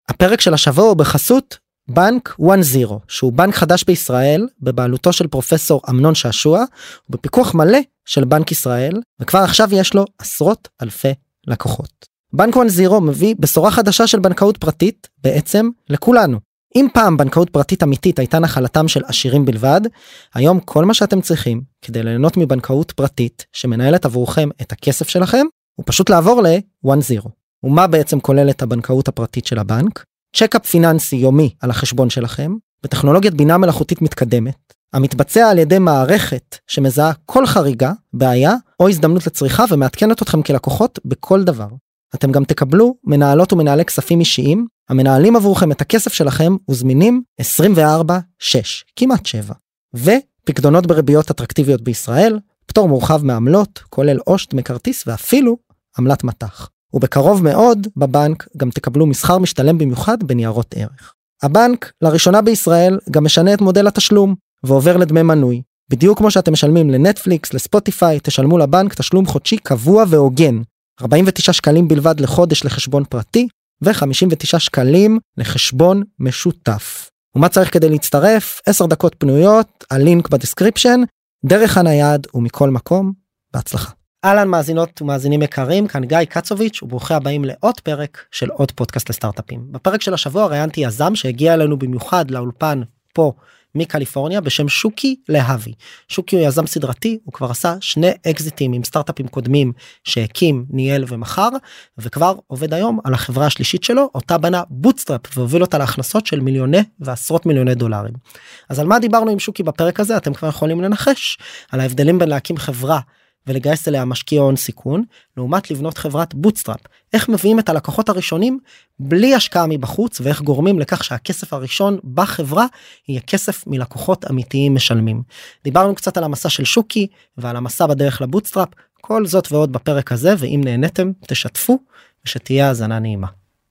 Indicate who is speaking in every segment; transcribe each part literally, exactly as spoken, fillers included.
Speaker 1: הפרק של השבוע הוא בחסות בנק וואן זירו, שהוא בנק חדש בישראל, בבעלותו של פרופסור אמנון שעשוע, ובפיקוח מלא של בנק ישראל, וכבר עכשיו יש לו עשרות אלפי לקוחות. בנק וואן זירו מביא בשורה חדשה של בנקאות פרטית, בעצם לכולנו. אם פעם בנקאות פרטית אמיתית הייתה נחלתם של עשירים בלבד, היום כל מה שאתם צריכים כדי ליהנות מבנקאות פרטית שמנהלת עבורכם את הכסף שלכם, הוא פשוט לעבור ל-וואן זירו. ומה בעצם כוללת הבנקאות הפרטית של הבנק? צ'קאפ פיננסי יומי על החשבון שלכם, בטכנולוגיית בינה מלאכותית מתקדמת, המתבצע על ידי מערכת שמזהה כל חריגה, בעיה או הזדמנות לצריכה ומעדכנת אתכם כלקוחות בכל דבר. אתם גם תקבלו מנהלות ומנהלי כספים אישיים, המנהלים עבורכם את הכסף שלכם וזמינים עשרים וארבע שש, כמעט שבע. ופקדונות בריביות אטרקטיביות בישראל, פטור מורחב מעמלות, כולל עושת מכרטיס ואפילו עמלת מתח. ובקרוב מאוד בבנק גם תקבלו מסחר משתלם במיוחד בניירות ערך. הבנק לראשונה בישראל גם משנה את מודל התשלום ועובר לדמי מנוי. בדיוק כמו שאתם משלמים לנטפליקס, לספוטיפיי, תשלמו לבנק תשלום חודשי קבוע והוגן. ארבעים ותשעה שקלים בלבד לחודש לחשבון פרטי ו-חמישים ותשעה שקלים לחשבון משותף. ומה צריך כדי להצטרף? עשר דקות פנויות, הלינק בדסקריפשן, דרך הנייד ומכל מקום. בהצלחה. אהלן מאזינות ומאזינים יקרים, כאן גיא קצוביץ' וברוכים הבאים לעוד פרק של עוד פודקאסט לסטארט-אפים. בפרק של השבוע ראיינתי יזם שהגיע אלינו במיוחד לאולפן פה מקליפורניה בשם שוקי להבי. שוקי הוא יזם סדרתי, הוא כבר עשה שני אקזיטים עם סטארט-אפים קודמים שהקים, ניהל ומחר, וכבר עובד היום על החברה השלישית שלו, אותה בנה בוטסטראפ והוביל אותה להכנסות של מיליוני ועשרות מיליוני דולרים. אז על מה דיברנו עם שוקי בפרק הזה? אתם כבר יכולים לנחש על ההבדלים בין להקים חברה ולגייס אליה משקיע הון סיכון, לעומת לבנות חברת בוטסטראפ. איך מביאים את הלקוחות הראשונים בלי השקעה מבחוץ, ואיך גורמים לכך שהכסף הראשון בחברה יהיה כסף מלקוחות אמיתיים משלמים. דיברנו קצת על המסע של שוקי, ועל המסע בדרך לבוטסטראפ, כל זאת ועוד בפרק הזה, ואם נהנתם, תשתפו, ושתהיה האזנה נעימה.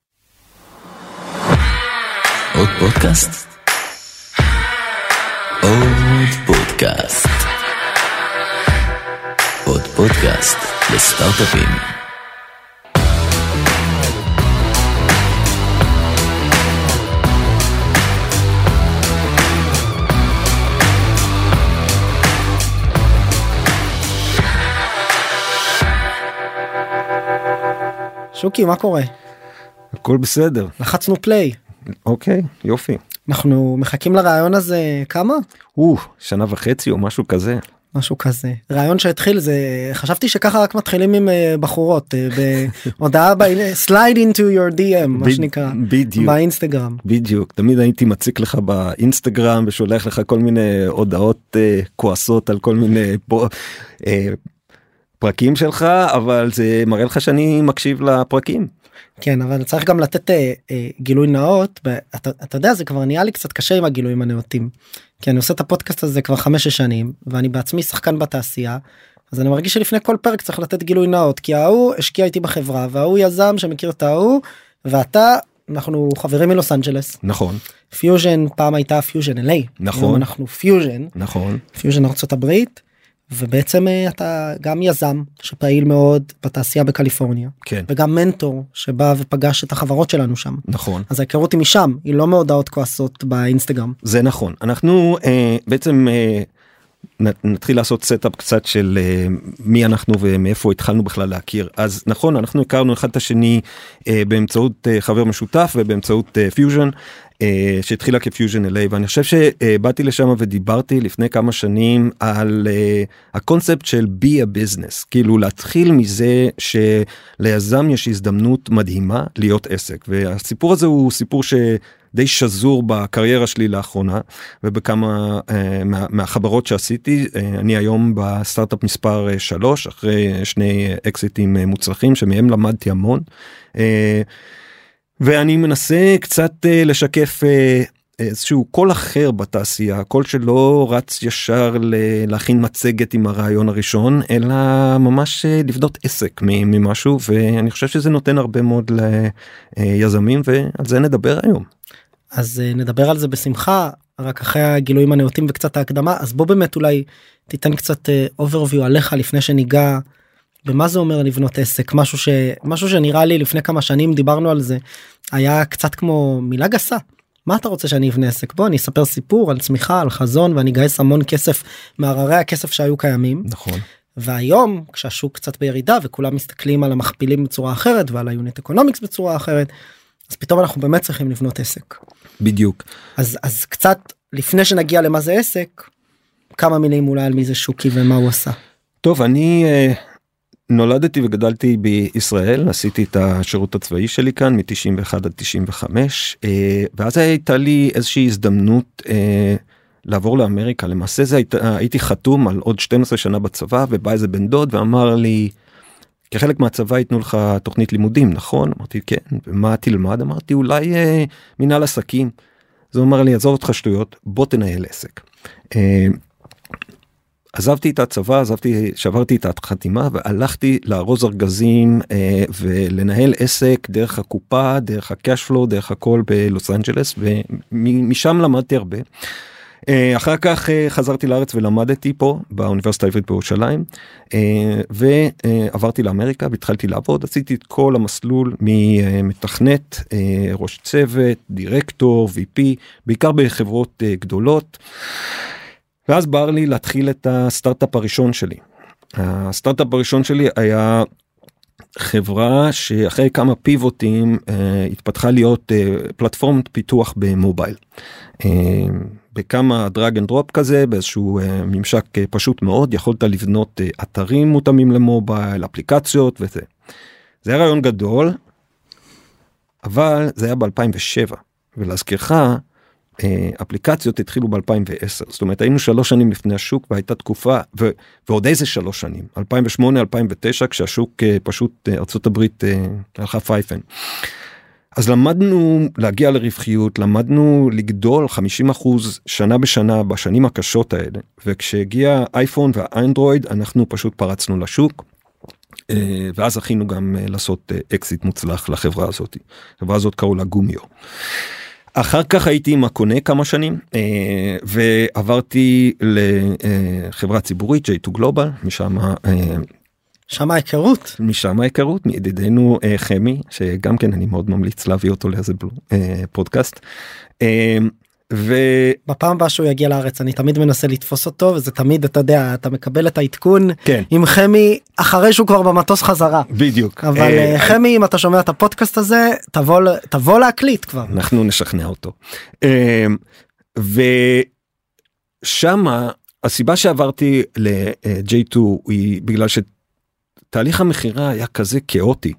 Speaker 2: עוד פודקאסט? עוד פודקאסט. עוד פודקאסט לסטארט-אפים.
Speaker 1: שוקי, מה קורה?
Speaker 3: הכל בסדר.
Speaker 1: לחצנו פליי.
Speaker 3: אוקיי, יופי.
Speaker 1: אנחנו מחכים לרעיון הזה כמה?
Speaker 3: או, שנה וחצי או משהו כזה.
Speaker 1: משהו כזה. רעיון שהתחיל זה, חשבתי שככה רק מתחילים עם בחורות, בהודעה, slide into your די אם, מה שנקרא, באינסטגרם.
Speaker 3: בדיוק, תמיד הייתי מציק לך באינסטגרם, ושולח לך כל מיני הודעות כועסות על כל מיני פרקים שלך, אבל זה מראה לך שאני מקשיב לפרקים.
Speaker 1: כן, אבל צריך גם לתת אה, אה, גילוי נאות, אתה, אתה יודע, זה כבר נהיה לי קצת קשה עם הגילויים הנאותים, כי אני עושה את הפודקאסט הזה כבר חמש שנים, ואני בעצמי שחקן בתעשייה, אז אני מרגיש שלפני כל פרק צריך לתת גילוי נאות, כי ההוא השקיע איתי בחברה, וההוא יזם שמכיר את ההוא, ואתה, אנחנו חברים מלוס אנג'לס.
Speaker 3: נכון.
Speaker 1: פיוז'ן, פעם הייתה פיוז'ן אל איי.
Speaker 3: נכון.
Speaker 1: היום אנחנו פיוז'ן.
Speaker 3: נכון.
Speaker 1: פיוז'ן ארצות הברית. ובעצם אתה גם יזם שפעיל מאוד בתעשייה בקליפורניה.
Speaker 3: כן.
Speaker 1: וגם מנטור שבא ופגש את החברות שלנו שם.
Speaker 3: נכון.
Speaker 1: אז ההיכרות היא משם, היא לא מהודעות כועסות באינסטגרם.
Speaker 3: זה נכון. אנחנו אה, בעצם אה, נתחיל לעשות סטאפ קצת של אה, מי אנחנו ומאיפה התחלנו בכלל להכיר. אז נכון, אנחנו הכרנו אחד את השני אה, באמצעות אה, חבר משותף ובאמצעות אה, פיוז'ן. שהתחילה כפיוז'ן אל איי, ואני חושב שבאתי לשם ודיברתי לפני כמה שנים על הקונספט של be a business, כאילו להתחיל מזה שליזם יש הזדמנות מדהימה להיות עסק, והסיפור הזה הוא סיפור שדי שזור בקריירה שלי לאחרונה, ובכמה מה, מהחברות שעשיתי, אני היום בסטארט-אפ מספר שלוש, אחרי שני אקזיטים מוצלחים, שמהם למדתי המון, ואני מנסה קצת uh, לשקף uh, איזשהו קול אחר בתעשייה, קול שלא רץ ישר ל- להכין מצגת עם הרעיון הראשון, אלא ממש uh, לבדות עסק ממשהו, ואני חושב שזה נותן הרבה מאוד ליזמים, ועל זה נדבר היום.
Speaker 1: אז uh, נדבר על זה בשמחה, רק אחרי הגילויים הנאותים וקצת ההקדמה, אז בוא באמת אולי תיתן קצת uh, overview עליך לפני שניגע במה זה אומר לבנות עסק, משהו ש... משהו שנראה לי לפני כמה שנים דיברנו על זה, היה קצת כמו מילה גסה. מה אתה רוצה שאני אבנה עסק? בוא, אני אספר סיפור על צמיחה, על חזון, ואני אגייס המון כסף מהררי הכסף שהיו קיימים.
Speaker 3: נכון.
Speaker 1: והיום, כשהשוק קצת בירידה, וכולם מסתכלים על המכפילים בצורה אחרת, ועל היוניט אקונומיקס בצורה אחרת, אז פתאום אנחנו באמת צריכים לבנות עסק.
Speaker 3: בדיוק.
Speaker 1: אז, אז קצת לפני שנגיע למה זה עסק, כמה מילים אולי על מי זה שוקי ומה הוא עשה.
Speaker 3: טוב, אני uh, נולדתי וגדלתי בישראל, עשיתי את השירות הצבאי שלי כאן מ-תשעים ואחת עד תשעים וחמש, uh, ואז הייתה לי איזושהי הזדמנות uh, לעבור לאמריקה. למעשה זה היית, הייתי חתום על עוד שתים עשרה שנה בצבא, ובא איזה בן דוד ואמר לי, כחלק מהצבא ייתנו לך תוכנית לימודים, נכון? אמרתי, כן, ומה תלמד? אמרתי, אולי uh, מנהל עסקים. זה אומר לי, עזוב אותך שטויות, בוא תנהל עסק. Uh, עזבתי את הצבא, עזבתי, שברתי את החתימה, והלכתי לארוז ארגזים אה, ולנהל עסק דרך הקופה, דרך הקאשפלו, דרך הכל בלוס אנג'לס, ומשם למדתי הרבה. אה, אחר כך אה, חזרתי לארץ ולמדתי פה, באוניברסיטה העברית בירושלים, אה, ועברתי לאמריקה, והתחלתי לעבוד, עשיתי את כל המסלול ממתכנת, אה, ראש צוות, דירקטור, וי פי, בעיקר בחברות אה, גדולות, ואז בא לי להתחיל את הסטארט-אפ הראשון שלי. הסטארט-אפ הראשון שלי היה חברה שאחרי כמה פיבוטים אה, התפתחה להיות אה, פלטפורמת פיתוח במובייל. אה, בכמה דרג אנד דרופ כזה, באיזשהו אה, ממשק אה, פשוט מאוד, יכולת לבנות אה, אתרים מותאמים למובייל, אפליקציות וזה. זה היה רעיון גדול, אבל זה היה ב-אלפיים ושבע, ולהזכירך, אפליקציות התחילו ב-אלפיים ועשר, זאת אומרת היינו שלוש שנים לפני השוק, והייתה תקופה, ו- ועוד איזה שלוש שנים, אלפיים ושמונה אלפיים ותשע, כשהשוק פשוט ארצות הברית הלכה פייפן. אז למדנו להגיע לרווחיות, למדנו לגדול חמישים אחוז שנה בשנה בשנים הקשות האלה, וכשהגיע אייפון והאנדרואיד אנחנו פשוט פרצנו לשוק, ואז הכינו גם לעשות אקזיט מוצלח לחברה הזאת. החברה הזאת קראו לה גומיו. אחר כך הייתי עם הקונה כמה שנים, ועברתי לחברה ציבורית, ג'יי טו גלובל, משם...
Speaker 1: שם ההיכרות.
Speaker 3: משם ההיכרות, מידידנו חמי, שגם כן אני מאוד ממליץ להביא אותו לאיזה פודקאסט. ו...
Speaker 1: בפעם הבאה שהוא יגיע לארץ אני תמיד מנסה לתפוס אותו, וזה תמיד אתה יודע אתה מקבל את העדכון
Speaker 3: כן.
Speaker 1: עם חמי אחרי שהוא כבר במטוס חזרה.
Speaker 3: בדיוק.
Speaker 1: אבל אה, חמי אם אתה שומע את הפודקאסט הזה תבוא תבוא להקליט כבר.
Speaker 3: אנחנו נשכנע אותו. ושמה הסיבה שעברתי ל-ג'יי טו היא בגלל שתהליך המחירה היה כזה כאוטי.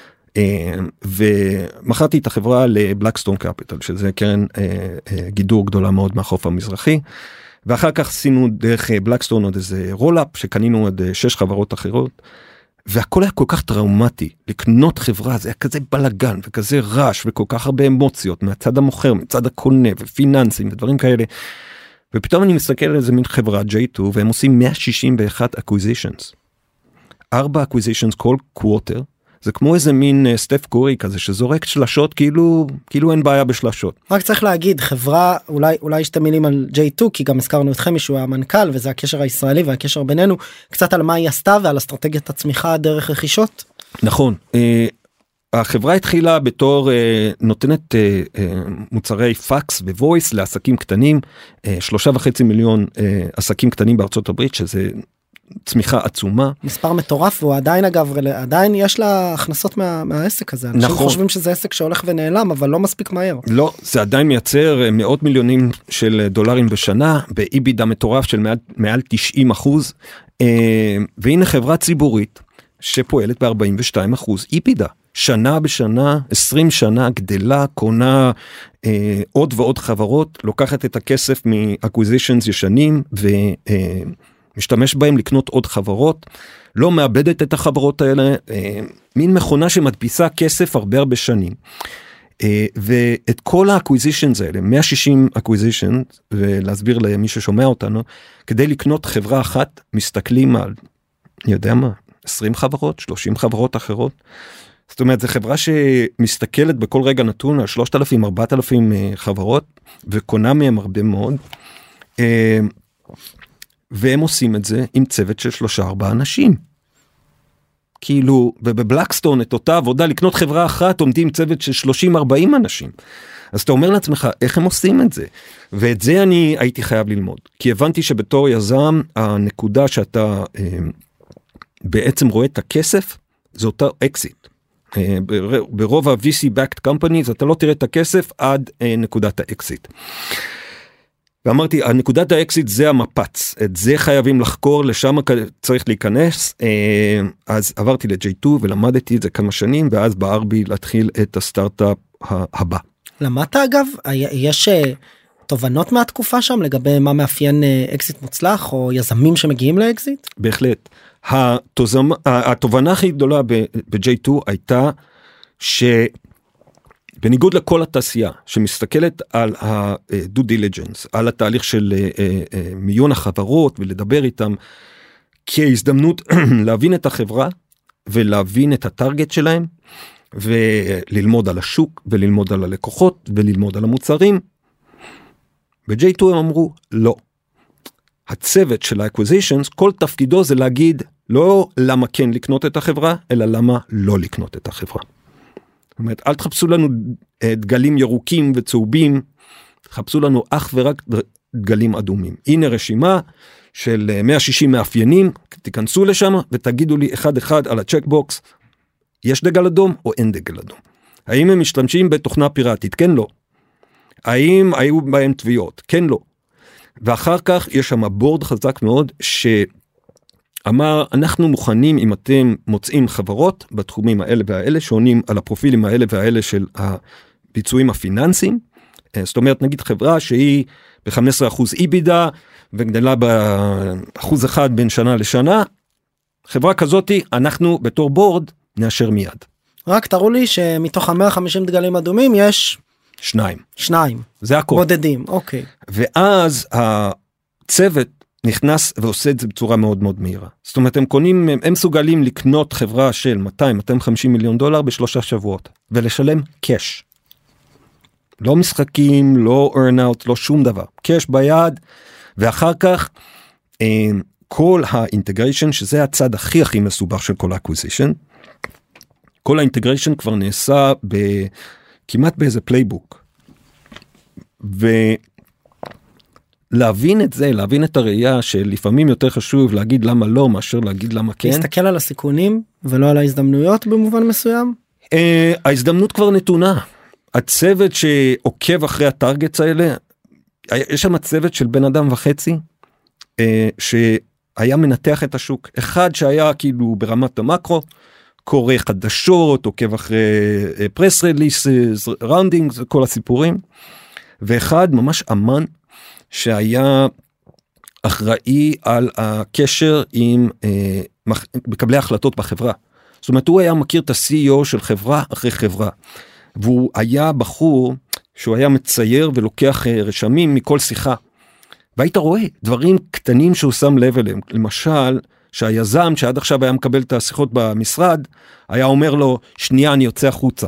Speaker 3: ומכרתי את החברה לבלקסטון קפיטל, שזה קרן גידור גדולה מאוד מהחוף המזרחי, ואחר כך עשינו דרך בלקסטון עוד איזה רולאפ, שקנינו עוד שש חברות אחרות, והכל היה כל כך טראומטי, לקנות חברה, זה היה כזה בלגן, וכזה רעש, וכל כך הרבה אמוציות, מהצד המוכר, מצד הקונה, ופיננסים, ודברים כאלה, ופתאום אני מסתכל על איזה מין חברה, ג'יי טו, והם עושים מאה שישים ואחת acquisitions, ארבע acquisitions כל קוורטר, זה כמו איזה מין סטף קורי כזה שזורק שלשות כאילו כאילו אין בעיה בשלשות.
Speaker 1: רק צריך להגיד חברה אולי אולי שתי מילים על ג'יי טו כי גם הזכרנו אתכם מישהו המנכ"ל וזה הקשר הישראלי והקשר בינינו קצת על מה היא עשתה ועל אסטרטגיית הצמיחה דרך רכישות.
Speaker 3: נכון. החברה התחילה בתור נותנת מוצרי פקס וויס לעסקים קטנים, שלושה וחצי מיליון עסקים קטנים בארצות הברית שזה צמיחה עצומה.
Speaker 1: מספר מטורף, והוא עדיין אגב, עדיין יש לה הכנסות מה, מהעסק הזה. אנשים נכון. חושבים שזה עסק שהולך ונעלם, אבל לא מספיק מהר.
Speaker 3: לא, זה עדיין מייצר מאות מיליונים של דולרים בשנה, באיבידה מטורף של מעל, מעל תשעים אחוז, והנה חברה ציבורית שפועלת ב-ארבעים ושתיים אחוז איבידה. שנה בשנה, עשרים שנה, גדלה, קונה אה, עוד ועוד חברות, לוקחת את הכסף מ-acquisitions ישנים, ו... אה, משתמש בהם לקנות עוד חברות, לא מאבדת את החברות האלה, אה, מין מכונה שמדפיסה כסף הרבה הרבה שנים. אה, ואת כל האקוויזישנס האלה, מאה ושישים אקוויזישנס, ולהסביר למי ששומע אותנו, כדי לקנות חברה אחת, מסתכלים על, אני יודע מה, עשרים חברות, שלושים חברות אחרות. זאת אומרת, זו חברה שמסתכלת בכל רגע נתון על שלושת אלפים, ארבעת אלפים חברות, וקונה מהם הרבה מאוד. אה, והם עושים את זה עם צוות של שלושה ארבעה אנשים. כאילו, ובבלקסטון את אותה עבודה, לקנות חברה אחת, עומדים צוות של שלושים ארבעים אנשים. אז אתה אומר לעצמך, איך הם עושים את זה? ואת זה אני הייתי חייב ללמוד. כי הבנתי שבתור יזם, הנקודה שאתה אה, בעצם רואה את הכסף, זה אותה אקזיט. אה, ברוב ה-וי סי-backed companies, אתה לא תראה את הכסף עד אה, נקודת האקזיט. ואמרתי, הנקודת האקזיט זה המפץ, את זה חייבים לחקור, לשם צריך להיכנס, אה, אז עברתי ל-ג'יי טו ולמדתי את זה כמה שנים, ואז בער בי להתחיל את הסטארט-אפ הבא. למדת
Speaker 1: אגב, יש תובנות מהתקופה שם לגבי מה מאפיין אקזיט מוצלח או יזמים שמגיעים לאקזיט?
Speaker 3: בהחלט. התוזמ... התובנה הכי גדולה ב-ג'יי טו הייתה שבניגוד לכל התעשייה שמסתכלת על ה-due diligence, על התהליך של מיון החברות ולדבר איתם כהזדמנות להבין את החברה ולהבין את הטרגט שלהם, וללמוד על השוק, וללמוד על הלקוחות, וללמוד על המוצרים. ב-ג'יי טו הם אמרו, לא. הצוות של ה-acquisitions, כל תפקידו זה להגיד, לא למה כן לקנות את החברה, אלא למה לא לקנות את החברה. זאת אומרת, אל תחפשו לנו דגלים ירוקים וצהובים, תחפשו לנו אך ורק דגלים אדומים. הנה רשימה של מאה ושישים מאפיינים, תיכנסו לשם, ותגידו לי אחד אחד על הצ'קבוקס, יש דגל אדום או אין דגל אדום? האם הם משתמשים בתוכנה פיראטית? כן, לא. האם היו בהם תביעות? כן, לא. ואחר כך יש שם בורד חזק מאוד שאמר, אנחנו מוכנים אם אתם מוצאים חברות בתחומים האלה והאלה, שעונים על הפרופילים האלה והאלה של הביצועים הפיננסיים. זאת אומרת, נגיד חברה שהיא ב-חמישה עשר אחוז איבידה וגדלה באחוז אחד בין שנה לשנה. חברה כזאת, אנחנו בתור בורד נאשר מיד.
Speaker 1: רק תראו לי שמתוך ה-מאה וחמישים דגלים אדומים יש
Speaker 3: שניים.
Speaker 1: שניים.
Speaker 3: זה הכל.
Speaker 1: בודדים, אוקיי.
Speaker 3: ואז הצוות נכנס ועושה את זה בצורה מאוד מאוד מהירה. זאת אומרת, הם קונים, הם, הם סוגלים לקנות חברה של מאתיים עד מאתיים וחמישים מיליון דולר בשלושה שבועות, ולשלם קש. לא משחקים, לא earn out, לא שום דבר. קש ביד, ואחר כך, כל האינטגריישן, שזה הצד הכי הכי מסובך של כל האקוויזישן, כל האינטגריישן כבר נעשה ב, כמעט באיזה פלייבוק. ולהבין את זה, להבין את הראייה שלפעמים יותר חשוב להגיד למה לא, מאשר להגיד למה כן.
Speaker 1: להסתכל על הסיכונים ולא על ההזדמנויות במובן מסוים?
Speaker 3: אה, ההזדמנות כבר נתונה. הצוות שעוקב אחרי הטרגטס האלה, יש שם צוות של בן אדם וחצי, אה, שהיה מנתח את השוק. אחד שהיה כאילו ברמת המקרו, קורא חדשות, עוקב אחרי פרס רליסס, ראונדינג, כל הסיפורים. ואחד ממש אמן שהיה אחראי על הקשר עם אה, מקבלי החלטות בחברה. זאת אומרת, הוא היה מכיר את ה-סי אי או של חברה אחרי חברה. והוא היה בחור שהוא היה מצייר ולוקח אה, רשמים מכל שיחה. והיית רואה דברים קטנים שהוא שם לב אליהם. למשל, שהיזם שעד עכשיו היה מקבל את השיחות במשרד, היה אומר לו, שנייה אני יוצא החוצה.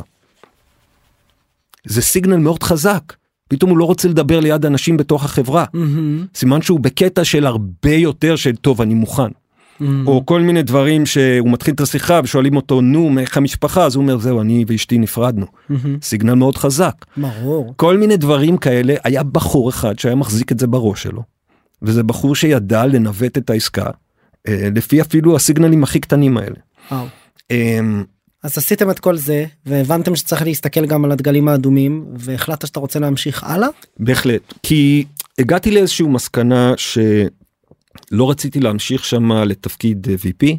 Speaker 3: זה סיגנל מאוד חזק. פתאום הוא לא רוצה לדבר ליד אנשים בתוך החברה. Mm-hmm. סימן שהוא בקטע של הרבה יותר של טוב, אני מוכן. Mm-hmm. או כל מיני דברים שהוא מתחיל את השיחה ושואלים אותו, נו, מאיך המשפחה? אז הוא אומר, זהו, אני ואשתי נפרדנו. Mm-hmm. סיגנל מאוד חזק.
Speaker 1: ברור.
Speaker 3: כל מיני דברים כאלה, היה בחור אחד שהיה מחזיק את זה בראש שלו. וזה בחור שידע לנווט את העסקה, לפי אפילו הסיגנלים הכי קטנים האלה.
Speaker 1: וואו. אז עשיתם את כל זה, והבנתם שצריך להסתכל גם על הדגלים האדומים, והחלטת שאתה רוצה להמשיך הלאה?
Speaker 3: בהחלט, כי הגעתי לאיזושהי מסקנה שלא רציתי להמשיך שם לתפקיד וי פי,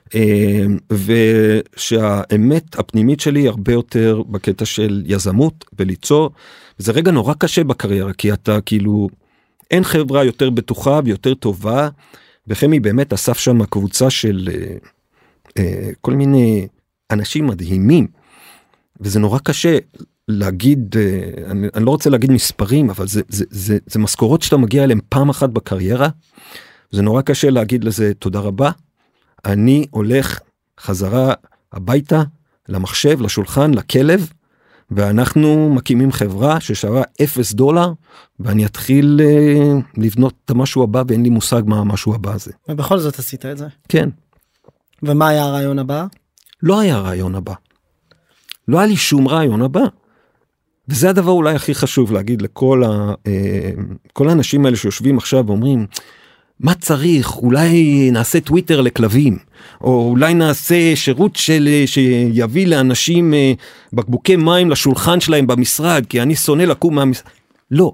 Speaker 3: ושהאמת הפנימית שלי הרבה יותר בקטע של יזמות וליצור, וזה רגע נורא קשה בקריירה, כי אתה כאילו, אין חברה יותר בטוחה ויותר טובה, וחמי באמת אסף שם קבוצה של כל מיני אנשים מדהימים, וזה נורא קשה להגיד, אני, אני לא רוצה להגיד מספרים, אבל זה, זה, זה, זה משכורות שאתה מגיע אליהם פעם אחת בקריירה, זה נורא קשה להגיד לזה תודה רבה, אני הולך חזרה הביתה, למחשב, לשולחן, לכלב, ואנחנו מקימים חברה ששווה אפס דולר, ואני אתחיל לבנות את המשהו הבא, ואין לי מושג מה המשהו הבא הזה.
Speaker 1: ובכל זאת עשית את זה?
Speaker 3: כן.
Speaker 1: ומה היה הרעיון הבא?
Speaker 3: לא היה רעיון הבא. לא היה לי שום רעיון הבא. וזה הדבר אולי הכי חשוב להגיד לכל ה, כל האנשים האלה שיושבים עכשיו ואומרים, מה צריך? אולי נעשה טוויטר לכלבים, או אולי נעשה שירות של, שיביא לאנשים בקבוקי מים לשולחן שלהם במשרד, כי אני שונא לקום מהמשרד. לא.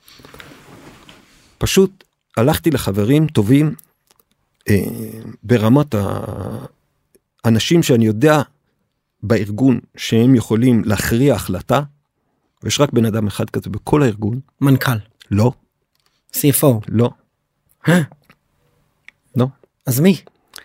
Speaker 3: פשוט הלכתי לחברים טובים, ברמת האנשים שאני יודע בארגון שהם יכולים להכריע החלטה, ויש רק בן אדם אחד כזה בכל הארגון.
Speaker 1: מנכ"ל.
Speaker 3: לא.
Speaker 1: סי אף או.
Speaker 3: לא. לא.
Speaker 1: אז מי?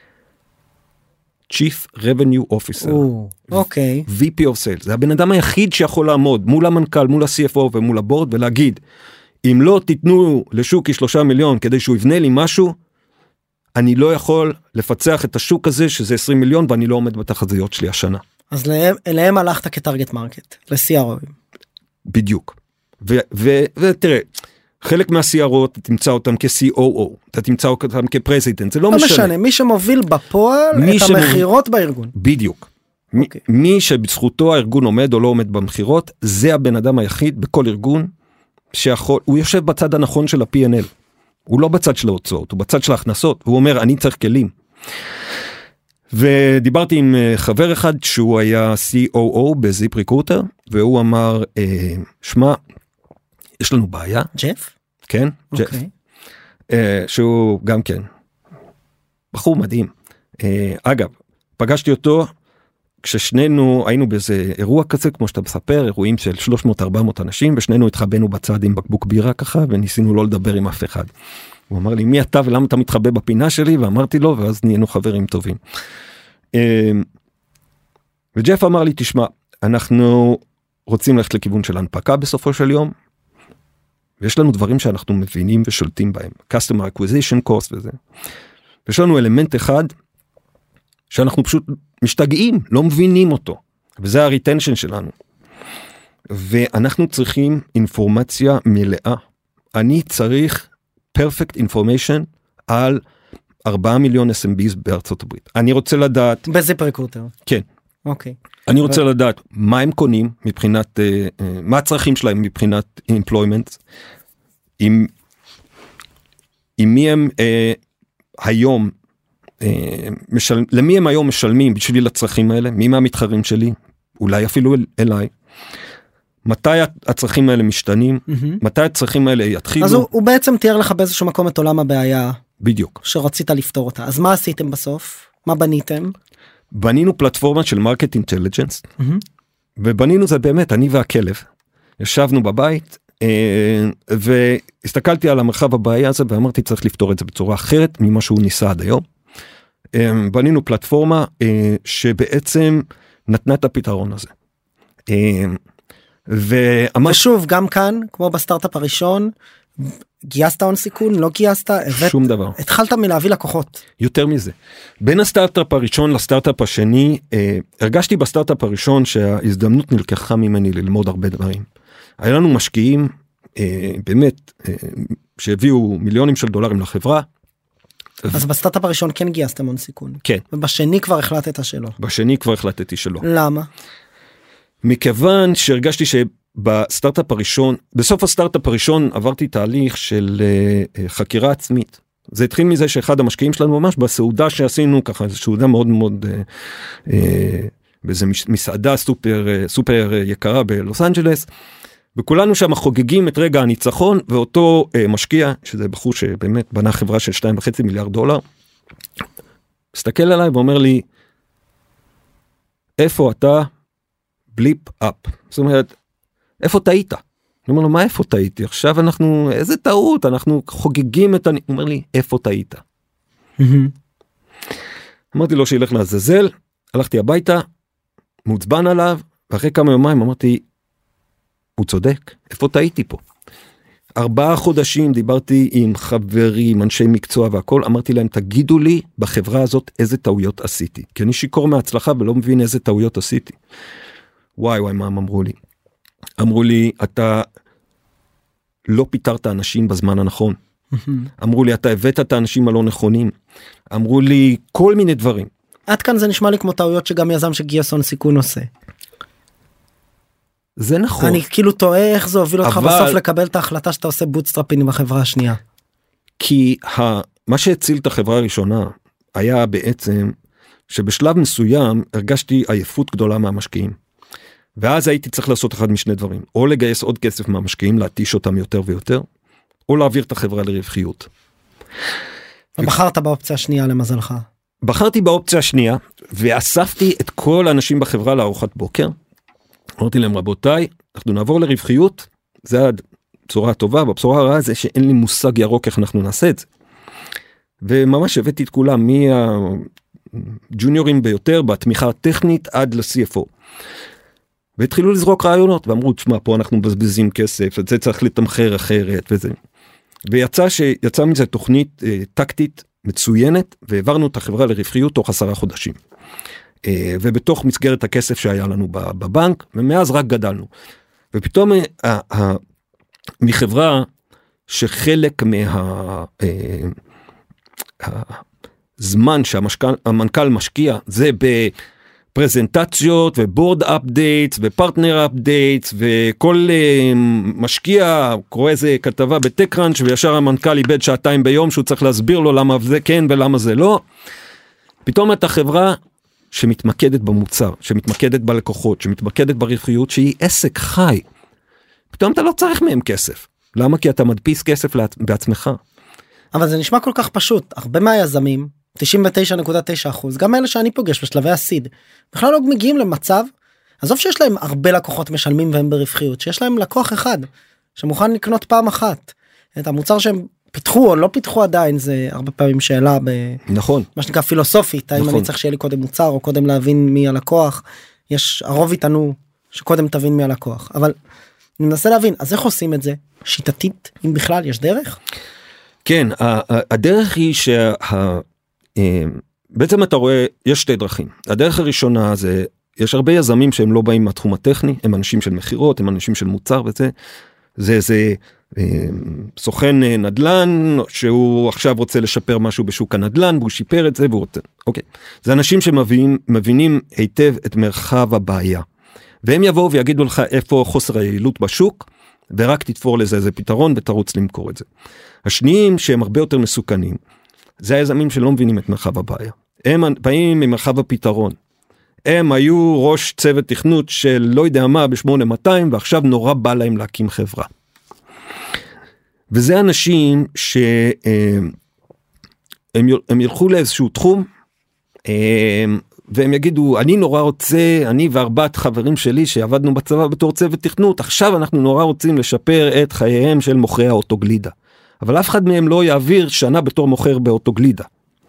Speaker 3: Chief Revenue Officer.
Speaker 1: אוקיי.
Speaker 3: וי פי of Sales. זה הבן אדם היחיד שיכול לעמוד מול המנכ"ל, מול ה-סי אף או ומול הבורד, ולהגיד, אם לא תיתנו לשוקי שלושה מיליון כדי שהוא יבנה לי משהו, אני לא יכול לפצח את השוק הזה שזה עשרים מיליון, ואני לא עומד בתחזיות שלי השנה.
Speaker 1: אז אליהם הלכת כטרגט מרקט, ל-סי אר או.
Speaker 3: בדיוק. ותראה, חלק מה-סי אר או אתה תמצא אותם כ-סי או או, אתה תמצא אותם כפרזידנט, זה לא משנה. לא משנה,
Speaker 1: מי שמוביל בפועל את המחירות בארגון.
Speaker 3: בדיוק. מי שבזכותו הארגון עומד או לא עומד במחירות, זה הבן אדם היחיד בכל ארגון שיכול, הוא יושב בצד הנכון של ה-פי אן אל. הוא לא בצד של ההוצאות, הוא בצד של ההכנסות, הוא אומר, אני צריך כלים. ודיברתי עם חבר אחד שהוא היה סי או או בזיפ ריקרוטר, והוא אמר, שמה, יש לנו בעיה.
Speaker 1: ג'ף?
Speaker 3: כן, ג'ף. שהוא גם כן, בחור מדהים. אגב, פגשתי אותו, כששנינו היינו באיזה אירוע כזה, כמו שאתה מספר, אירועים של שלוש מאות ארבע מאות אנשים, ושנינו התחבאנו בצד עם בקבוק בירה ככה, וניסינו לא לדבר עם אף אחד. הוא אמר לי, מי אתה ולמה אתה מתחבא בפינה שלי? ואמרתי לו, ואז נהיינו חברים טובים. וג'ף אמר לי, תשמע, אנחנו רוצים ללכת לכיוון של הנפקה בסופו של יום, ויש לנו דברים שאנחנו מבינים ושולטים בהם, Customer Acquisition Cost וזה. ויש לנו אלמנט אחד, שאנחנו פשוט משתגעים, לא מבינים אותו, וזה הריטנשן שלנו. ואנחנו צריכים אינפורמציה מלאה. אני צריך perfect information על ארבעה מיליון אס אם ביז בארצות הברית. אני רוצה לדעת...
Speaker 1: בזיפ ריקרוטר.
Speaker 3: כן.
Speaker 1: אוקיי.
Speaker 3: אני רוצה לדעת מה הם קונים מבחינת, מה הצרכים שלהם מבחינת employment, עם, עם מי הם היום, משל, למי הם היום משלמים בשביל הצרכים האלה, מי מהמתחרים שלי, אולי אפילו אל, אליי, מתי הצרכים האלה משתנים, mm-hmm. מתי הצרכים האלה יתחילו.
Speaker 1: אז הוא, הוא בעצם תיאר לך באיזשהו מקום את עולם הבעיה.
Speaker 3: בדיוק.
Speaker 1: שרצית לפתור אותה. אז מה עשיתם בסוף? מה בניתם?
Speaker 3: בנינו פלטפורמה של מרקט אינטליג'נס, mm-hmm. ובנינו זה באמת, אני והכלב, ישבנו בבית, אה, והסתכלתי על המרחב הבעיה הזה, ואמרתי צריך לפתור את זה בצורה אחרת, ממה שהוא ניסה עד היום. אה, בנינו פלטפורמה, אה, שבעצם נתנה את הפתרון הזה. אה, ואמר...
Speaker 1: ושוב, גם כאן, כמו בסטארט-אפ הראשון, גייסת הון סיכון, לא גייסת, הבאת,
Speaker 3: שום דבר.
Speaker 1: התחלת מלהביא לקוחות.
Speaker 3: יותר מזה. בין הסטארט-אפ הראשון לסטארט-אפ השני, אה, הרגשתי בסטארט-אפ הראשון שההזדמנות נלקחה ממני ללמוד הרבה דברים. היה לנו משקיעים, אה, באמת, אה, שהביאו מיליונים של דולרים לחברה.
Speaker 1: אז בסטארט-אפ הראשון כן גייסתם הון סיכון.
Speaker 3: כן.
Speaker 1: ובשני כבר החלטת שלא.
Speaker 3: בשני כבר החלטתי שלא.
Speaker 1: למה?
Speaker 3: מכיוון שהרגשתי ש... בסטארט-אפ הראשון, בסוף הסטארט-אפ הראשון עברתי תהליך של uh, חקירה עצמית. זה התחיל מזה שאחד המשקיעים שלנו ממש בסעודה שעשינו ככה, זו סעודה מאוד מאוד, uh, uh, באיזה מסעדה סופר, uh, סופר uh, יקרה בלוס אנג'לס, וכולנו שם חוגגים את רגע הניצחון, ואותו uh, משקיע, שזה בחור שבאמת בנה חברה של שתיים וחצי מיליארד דולר, מסתכל עליי ואומר לי, איפה אתה? בליפ אפ. זאת אומרת, איפה טעית? אני אומר לו, מה איפה טעיתי? עכשיו אנחנו, איזה טעות, אנחנו חוגגים את... הוא אומר לי, איפה טעית? אמרתי לו שילך לעזאזל, הלכתי הביתה, מוצבן עליו, ואחרי כמה יומיים אמרתי, הוא צודק, איפה טעיתי פה? ארבעה חודשים דיברתי עם חברים, אנשי מקצוע והכל, אמרתי להם, תגידו לי בחברה הזאת איזה טעויות עשיתי, כי אני שיקור מההצלחה ולא מבין איזה טעויות עשיתי. וואי וואי, מה הם אמרו לי? אמרו לי, אתה לא פיתרת אנשים בזמן הנכון. אמרו לי, אתה הבאת את האנשים הלא נכונים. אמרו לי כל מיני דברים.
Speaker 1: עד כאן זה נשמע לי כמו טעויות שגם יזם שגייס הון סיכון עושה.
Speaker 3: זה נכון.
Speaker 1: אני כאילו טועה איך זה הוביל אותך
Speaker 3: אבל...
Speaker 1: בסוף לקבל את ההחלטה שאתה עושה בוטסטראפינג עם החברה השנייה.
Speaker 3: כי ה... מה שהציל את החברה הראשונה היה בעצם שבשלב מסוים הרגשתי עייפות גדולה מהמשקיעים. ואז הייתי צריך לעשות אחד משני דברים, או לגייס עוד כסף מהמשקיעים, להתיש אותם יותר ויותר, או להעביר את החברה לרווחיות.
Speaker 1: ובחרת באופציה השנייה למזלך.
Speaker 3: בחרתי באופציה השנייה, ואספתי את כל האנשים בחברה לארוחת בוקר. אמרתי להם, רבותיי, אנחנו נעבור לרווחיות, זה הבשורה הטובה, והבשורה הרעה זה שאין לי מושג ירוק איך אנחנו נעשה את זה. וממש הבאתי את כולם, מהג'וניורים ביותר, בתמיכה הטכנית עד ל-סי אף או. והתחילו לזרוק רעיונות, ואמרו, תשמע, פה אנחנו מבזבזים כסף, את זה צריך לתמחר אחרת, וזה. ויצא שיצא מזה תוכנית אה, טקטית מצוינת, והעברנו את החברה לרווחיות תוך עשרה חודשים. אה, ובתוך מסגרת הכסף שהיה לנו בבנק, ומאז רק גדלנו. ופתאום אה, אה, מחברה שחלק מה... אה, הזמן שהמנכ"ל משקיע, זה ב... פרזנטציות ובורד אפדייטס ופרטנר אפדייטס וכל uh, משקיע קורא איזה כתבה בטקראנץ' וישר המנכ"ל איבד שעתיים ביום שהוא צריך להסביר לו למה זה כן ולמה זה לא. פתאום אתה חברה שמתמקדת במוצר, שמתמקדת בלקוחות, שמתמקדת ברווחיות, שהיא עסק חי. פתאום אתה לא צריך מהם כסף. למה? כי אתה מדפיס כסף בעצמך.
Speaker 1: אבל זה נשמע כל כך פשוט. הרבה מהיזמים תשעים ותשע נקודה תשע אחוז, גם אלה שאני פוגש בשלבי הסיד, בכלל לא מגיעים למצב, עזוב שיש להם הרבה לקוחות משלמים והם ברווחיות, שיש להם לקוח אחד, שמוכן לקנות פעם אחת, את המוצר שהם פיתחו או לא פיתחו עדיין, זה הרבה פעמים שאלה, ב...
Speaker 3: נכון.
Speaker 1: מה שנקרא פילוסופית, האם
Speaker 3: נכון.
Speaker 1: אני צריך שיהיה לי קודם מוצר, או קודם להבין מי הלקוח, יש, הרוב איתנו, שקודם תבין מי הלקוח, אבל אני מנסה להבין, אז איך עושים את זה? שיטתית, אם בכלל, יש דרך?
Speaker 3: כן, הדרך היא שה... בעצם אתה רואה, יש שתי דרכים. הדרך הראשונה זה, יש הרבה יזמים שהם לא באים מהתחום הטכני, הם אנשים של מחירות, הם אנשים של מוצר וזה, זה זה סוכן נדל"ן, שהוא עכשיו רוצה לשפר משהו בשוק הנדל"ן, והוא שיפר את זה, והוא רוצה, אוקיי. זה אנשים שמבינים, מבינים היטב את מרחב הבעיה, והם יבואו ויגידו לך איפה חוסר היעילות בשוק, ורק תתפור לזה איזה פתרון ותרוץ למכור את זה. השניים שהם הרבה יותר מסוכנים, זה היזמים שלא מבינים את מרחב הבעיה. הם באים ממרחב הפתרון. הם היו ראש צוות תכנות של לא יודע מה ב-שמונה מאתיים, ועכשיו נורא בא להם להקים חברה. וזה אנשים שהם הם ילכו לאיזשהו תחום, והם יגידו, אני נורא רוצה, אני וארבעת חברים שלי שעבדנו בצבא בתור צוות תכנות, עכשיו אנחנו נורא רוצים לשפר את חייהם של מוכרי האוטוגלידה. אבל אף אחד מהם לא יעביר שנה בתור מוכר באוטוגלידה.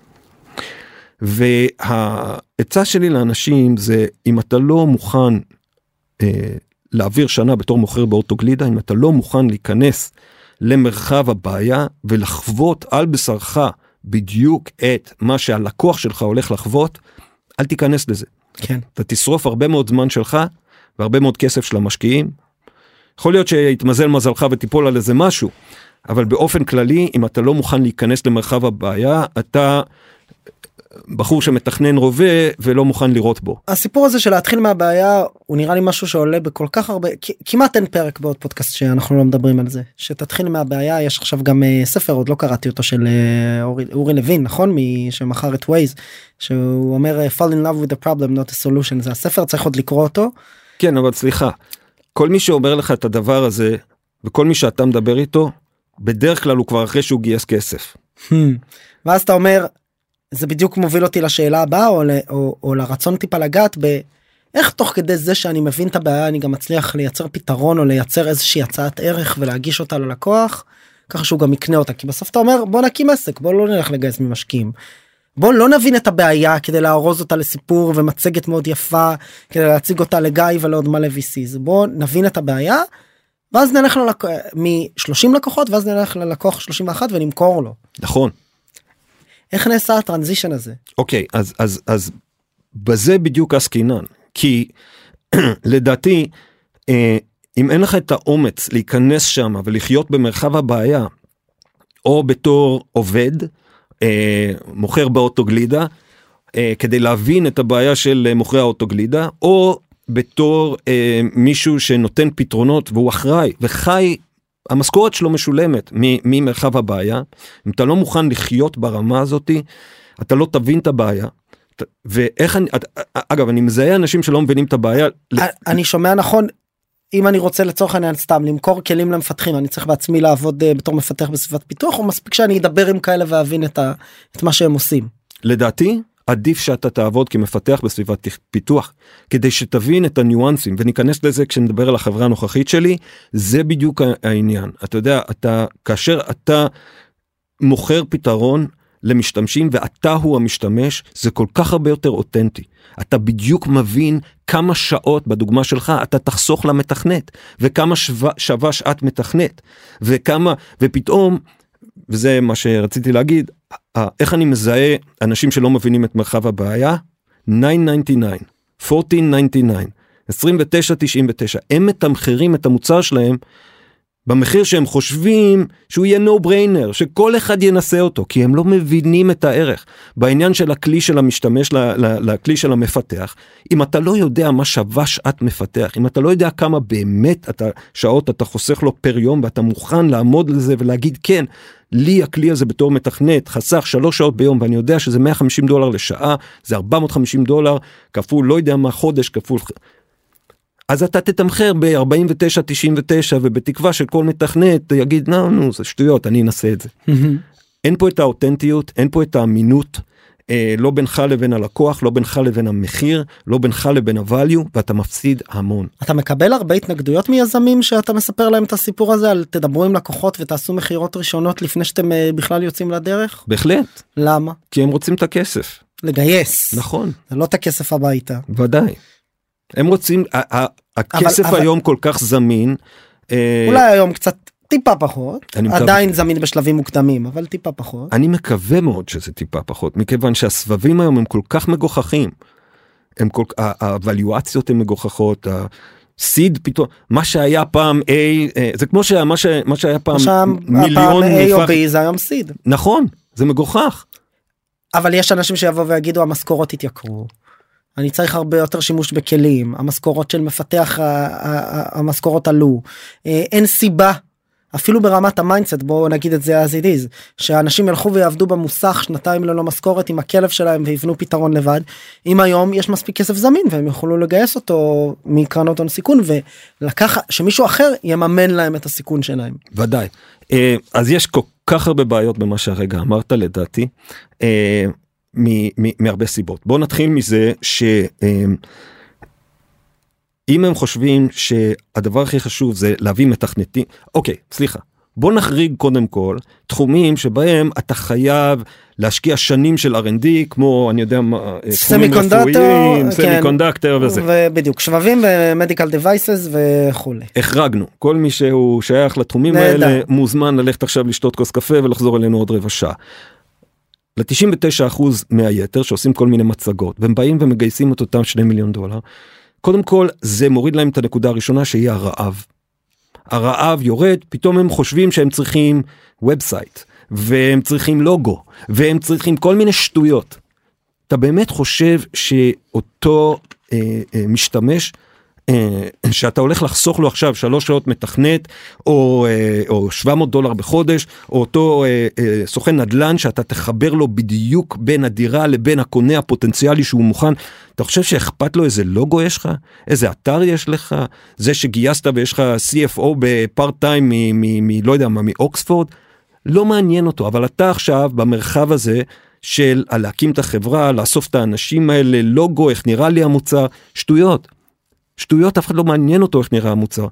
Speaker 3: והעצה שלי לאנשים זה, אם אתה לא מוכן אה, להעביר שנה בתור מוכר באוטוגלידה, אם אתה לא מוכן להיכנס למרחב הבעיה, ולחוות על בשרך בדיוק את מה שהלקוח שלך הולך לחוות, אל תיכנס לזה.
Speaker 1: כן.
Speaker 3: אתה תשרוף הרבה מאוד זמן שלך, והרבה מאוד כסף של המשקיעים. יכול להיות שיתמזל מזלך ותיפול על איזה משהו, אבל באופן כללי, אם אתה לא מוכן להיכנס למרחב הבעיה, אתה בחור שמתכנן רובה ולא מוכן לראות בו.
Speaker 1: הסיפור הזה של להתחיל מהבעיה, הוא נראה לי משהו שעולה בכל כך הרבה, כמעט אין פרק בעוד פודקאסט שאנחנו לא מדברים על זה. שתתחיל מהבעיה, יש עכשיו גם ספר, עוד לא קראתי אותו, של אורי, אורי לוין, נכון? שמחר את ווייז, שהוא אומר, fall in love with the problem, not a solution. זה הספר, צריך עוד לקרוא אותו.
Speaker 3: כן, אבל סליחה, כל מי שאומר לך את הדבר הזה, וכל מי שאתה מדבר איתו, בדרך כלל הוא כבר אחרי שהוא גייס כסף.
Speaker 1: ואז אתה אומר, זה בדיוק מוביל אותי לשאלה הבאה, או, או, או לרצון טיפה לגעת באיך תוך כדי זה שאני מבין את הבעיה, אני גם מצליח לייצר פתרון, או לייצר איזושהי הצעת ערך, ולהגיש אותה ללקוח, ככה שהוא גם יקנה אותה. כי בסוף אתה אומר, בוא נקים עסק, בוא לא נלך לגייס ממשקיעים. בוא לא נבין את הבעיה, כדי להרוז אותה לסיפור, ומצגת מאוד יפה, כדי להציג אותה לגיא ולעוד מלא וי סיז. בוא נבין את הבעיה, ואז נלך ללק... מ-שלושים לקוחות, ואז נלך ללקוח שלושים ואחת ונמכור לו.
Speaker 3: נכון.
Speaker 1: איך נעשה הטרנזישן הזה?
Speaker 3: אוקיי, אז, אז, אז בזה בדיוק עסקינן. כי לדעתי, אה, אם אין לך את האומץ להיכנס שם ולחיות במרחב הבעיה, או בתור עובד, אה, מוכר באוטוגלידה, אה, כדי להבין את הבעיה של מוכרי האוטוגלידה, או בתור אה, מישהו שנותן פתרונות והוא אחראי וחי, המשכורת שלו משולמת ממרחב הבעיה. אם אתה לא מוכן לחיות ברמה הזאת, אתה לא תבין את הבעיה. ואיך אני, אגב, אני מזהה אנשים שלא מבינים את הבעיה.
Speaker 1: אני שומע נכון, אם אני רוצה לצורך העניין סתם למכור כלים למפתחים, אני צריך בעצמי לעבוד בתור מפתח בסביבת פיתוח, או מספיק שאני אדבר עם כאלה ואבין את, ה, את מה שהם עושים?
Speaker 3: לדעתי, עדיף שאתה תעבוד כמפתח בסביבת פיתוח, כדי שתבין את הניואנסים, וניכנס לזה כשנדבר על החברה הנוכחית שלי, זה בדיוק העניין. אתה יודע, אתה, כאשר אתה מוכר פתרון למשתמשים, ואתה הוא המשתמש, זה כל כך הרבה יותר אותנטי. אתה בדיוק מבין כמה שעות, בדוגמה שלך, אתה תחסוך למתכנת, וכמה שווה, שווה שעת מתכנת, וכמה, ופתאום, וזה מה שרציתי להגיד, איך אני מזהה אנשים שלא מבינים את מרחב הבעיה? תשע תשעים ותשע, ארבע עשרה תשעים ותשע, עשרים ותשע תשעים ותשע, הם מתמחרים את המוצר שלהם, במחיר שהם חושבים שהוא יהיה no brainer, שכל אחד ינסה אותו, כי הם לא מבינים את הערך. בעניין של הכלי של המשתמש, לכלי של המפתח, אם אתה לא יודע מה שווה שעת מפתח, אם אתה לא יודע כמה באמת אתה, שעות אתה חוסך לו פר יום, ואתה מוכן לעמוד לזה ולהגיד, כן, לי הכלי הזה בתור מתכנת, חסך שלוש שעות ביום, ואני יודע שזה מאה וחמישים דולר לשעה, זה ארבע מאות וחמישים דולר, כפול לא יודע מה חודש, כפול... אז אתה תתמחר ב-ארבעים ותשע תשעים ותשע, ובתקווה שכל מתכנת יגיד, נו, נו, זה שטויות, אני אנסה את זה. אין פה את האותנטיות, אין פה את האמינות, אה, לא בינך לבין הלקוח, לא בינך לבין המחיר, לא בינך לבין הvalue, ואתה מפסיד המון.
Speaker 1: אתה מקבל הרבה התנגדויות מיזמים שאתה מספר להם את הסיפור הזה, על תדברו עם לקוחות ותעשו מחירות ראשונות לפני שאתם אה, בכלל יוצאים לדרך?
Speaker 3: בהחלט.
Speaker 1: למה?
Speaker 3: כי הם רוצים את הכסף.
Speaker 1: לגייס.
Speaker 3: נכון.
Speaker 1: זה לא את הכסף הביתה.
Speaker 3: ודאי. הם רוצים, הכסף
Speaker 1: אבל,
Speaker 3: היום אבל... כל כך זמין.
Speaker 1: אולי היום קצת טיפה פחות, עדיין מקווה... זמין בשלבים מוקדמים, אבל טיפה פחות.
Speaker 3: אני מקווה מאוד שזה טיפה פחות, מכיוון שהסבבים היום הם כל כך מגוחכים. הם כל... הוואליואציות הן מגוחכות, הסיד פתאום, מה שהיה פעם A, זה כמו שהיה, מה, ש... מה שהיה פעם
Speaker 1: שם,
Speaker 3: מיליון
Speaker 1: הפעם A
Speaker 3: נפח...
Speaker 1: או B זה היום סיד.
Speaker 3: נכון, זה מגוחך.
Speaker 1: אבל יש אנשים שיבואו ויגידו, המשכורות התייקרו. אני צריך הרבה יותר שימוש בכלים, המשכורות של מפתח, המשכורות עלו, אין סיבה, אפילו ברמת המיינדסט, בואו נגיד את זה as it is, שאנשים ילכו ויעבדו במוסך שנתיים ללא משכורת עם הכלב שלהם ויבנו פתרון לבד, אם היום יש מספיק כסף זמין והם יוכלו לגייס אותו מקרנות הון סיכון, ולקח, שמישהו אחר יממן להם את הסיכון שלהם.
Speaker 3: ודאי, אז יש כל כך הרבה בעיות במה שהרגע אמרת לדעתי, מהרבה סיבות. בואו נתחיל מזה שאם הם חושבים שהדבר הכי חשוב זה להביא מתכנתים, אוקיי, סליחה, בואו נחריג קודם כל תחומים שבהם אתה חייב להשקיע שנים של אר אנד די, כמו אני יודע מה, תחומים רפואיים, סמי-קונדקטור וזה.
Speaker 1: ובדיוק, שבבים ומדיקל דיווייסס וכו'.
Speaker 3: החרגנו, כל מי שהוא שייך לתחומים האלה מוזמן ללכת עכשיו לשתות כוס קפה ולחזור אלינו עוד רבע שעה. ל-תשעים ותשעה אחוז מהיתר שעושים כל מיני מצגות, והם באים ומגייסים את אותם שני מיליון דולר, קודם כל זה מוריד להם את הנקודה הראשונה שהיא הרעב. הרעב יורד, פתאום הם חושבים שהם צריכים ובסייט, והם צריכים לוגו, והם צריכים כל מיני שטויות. אתה באמת חושב שאותו אה, אה, משתמש, שאתה הולך לחסוך לו עכשיו שלוש שעות מתכנת, או, או שבע מאות דולר בחודש, או אותו סוכן נדל"ן, שאתה תחבר לו בדיוק בין הדירה לבין הקונה הפוטנציאלי שהוא מוכן, אתה חושב שאכפת לו איזה לוגו יש לך? איזה אתר יש לך? זה שגייסת ויש לך סי אף או בפארט טיים מ, מ, לא יודע מה, מאוקספורד? לא מעניין אותו, אבל אתה עכשיו במרחב הזה, של להקים את החברה, לאסוף את האנשים האלה, לוגו, איך נראה לי המוצר, שטויות. שטויות, אף אחד לא מעניין אותו איך נראה המוצר.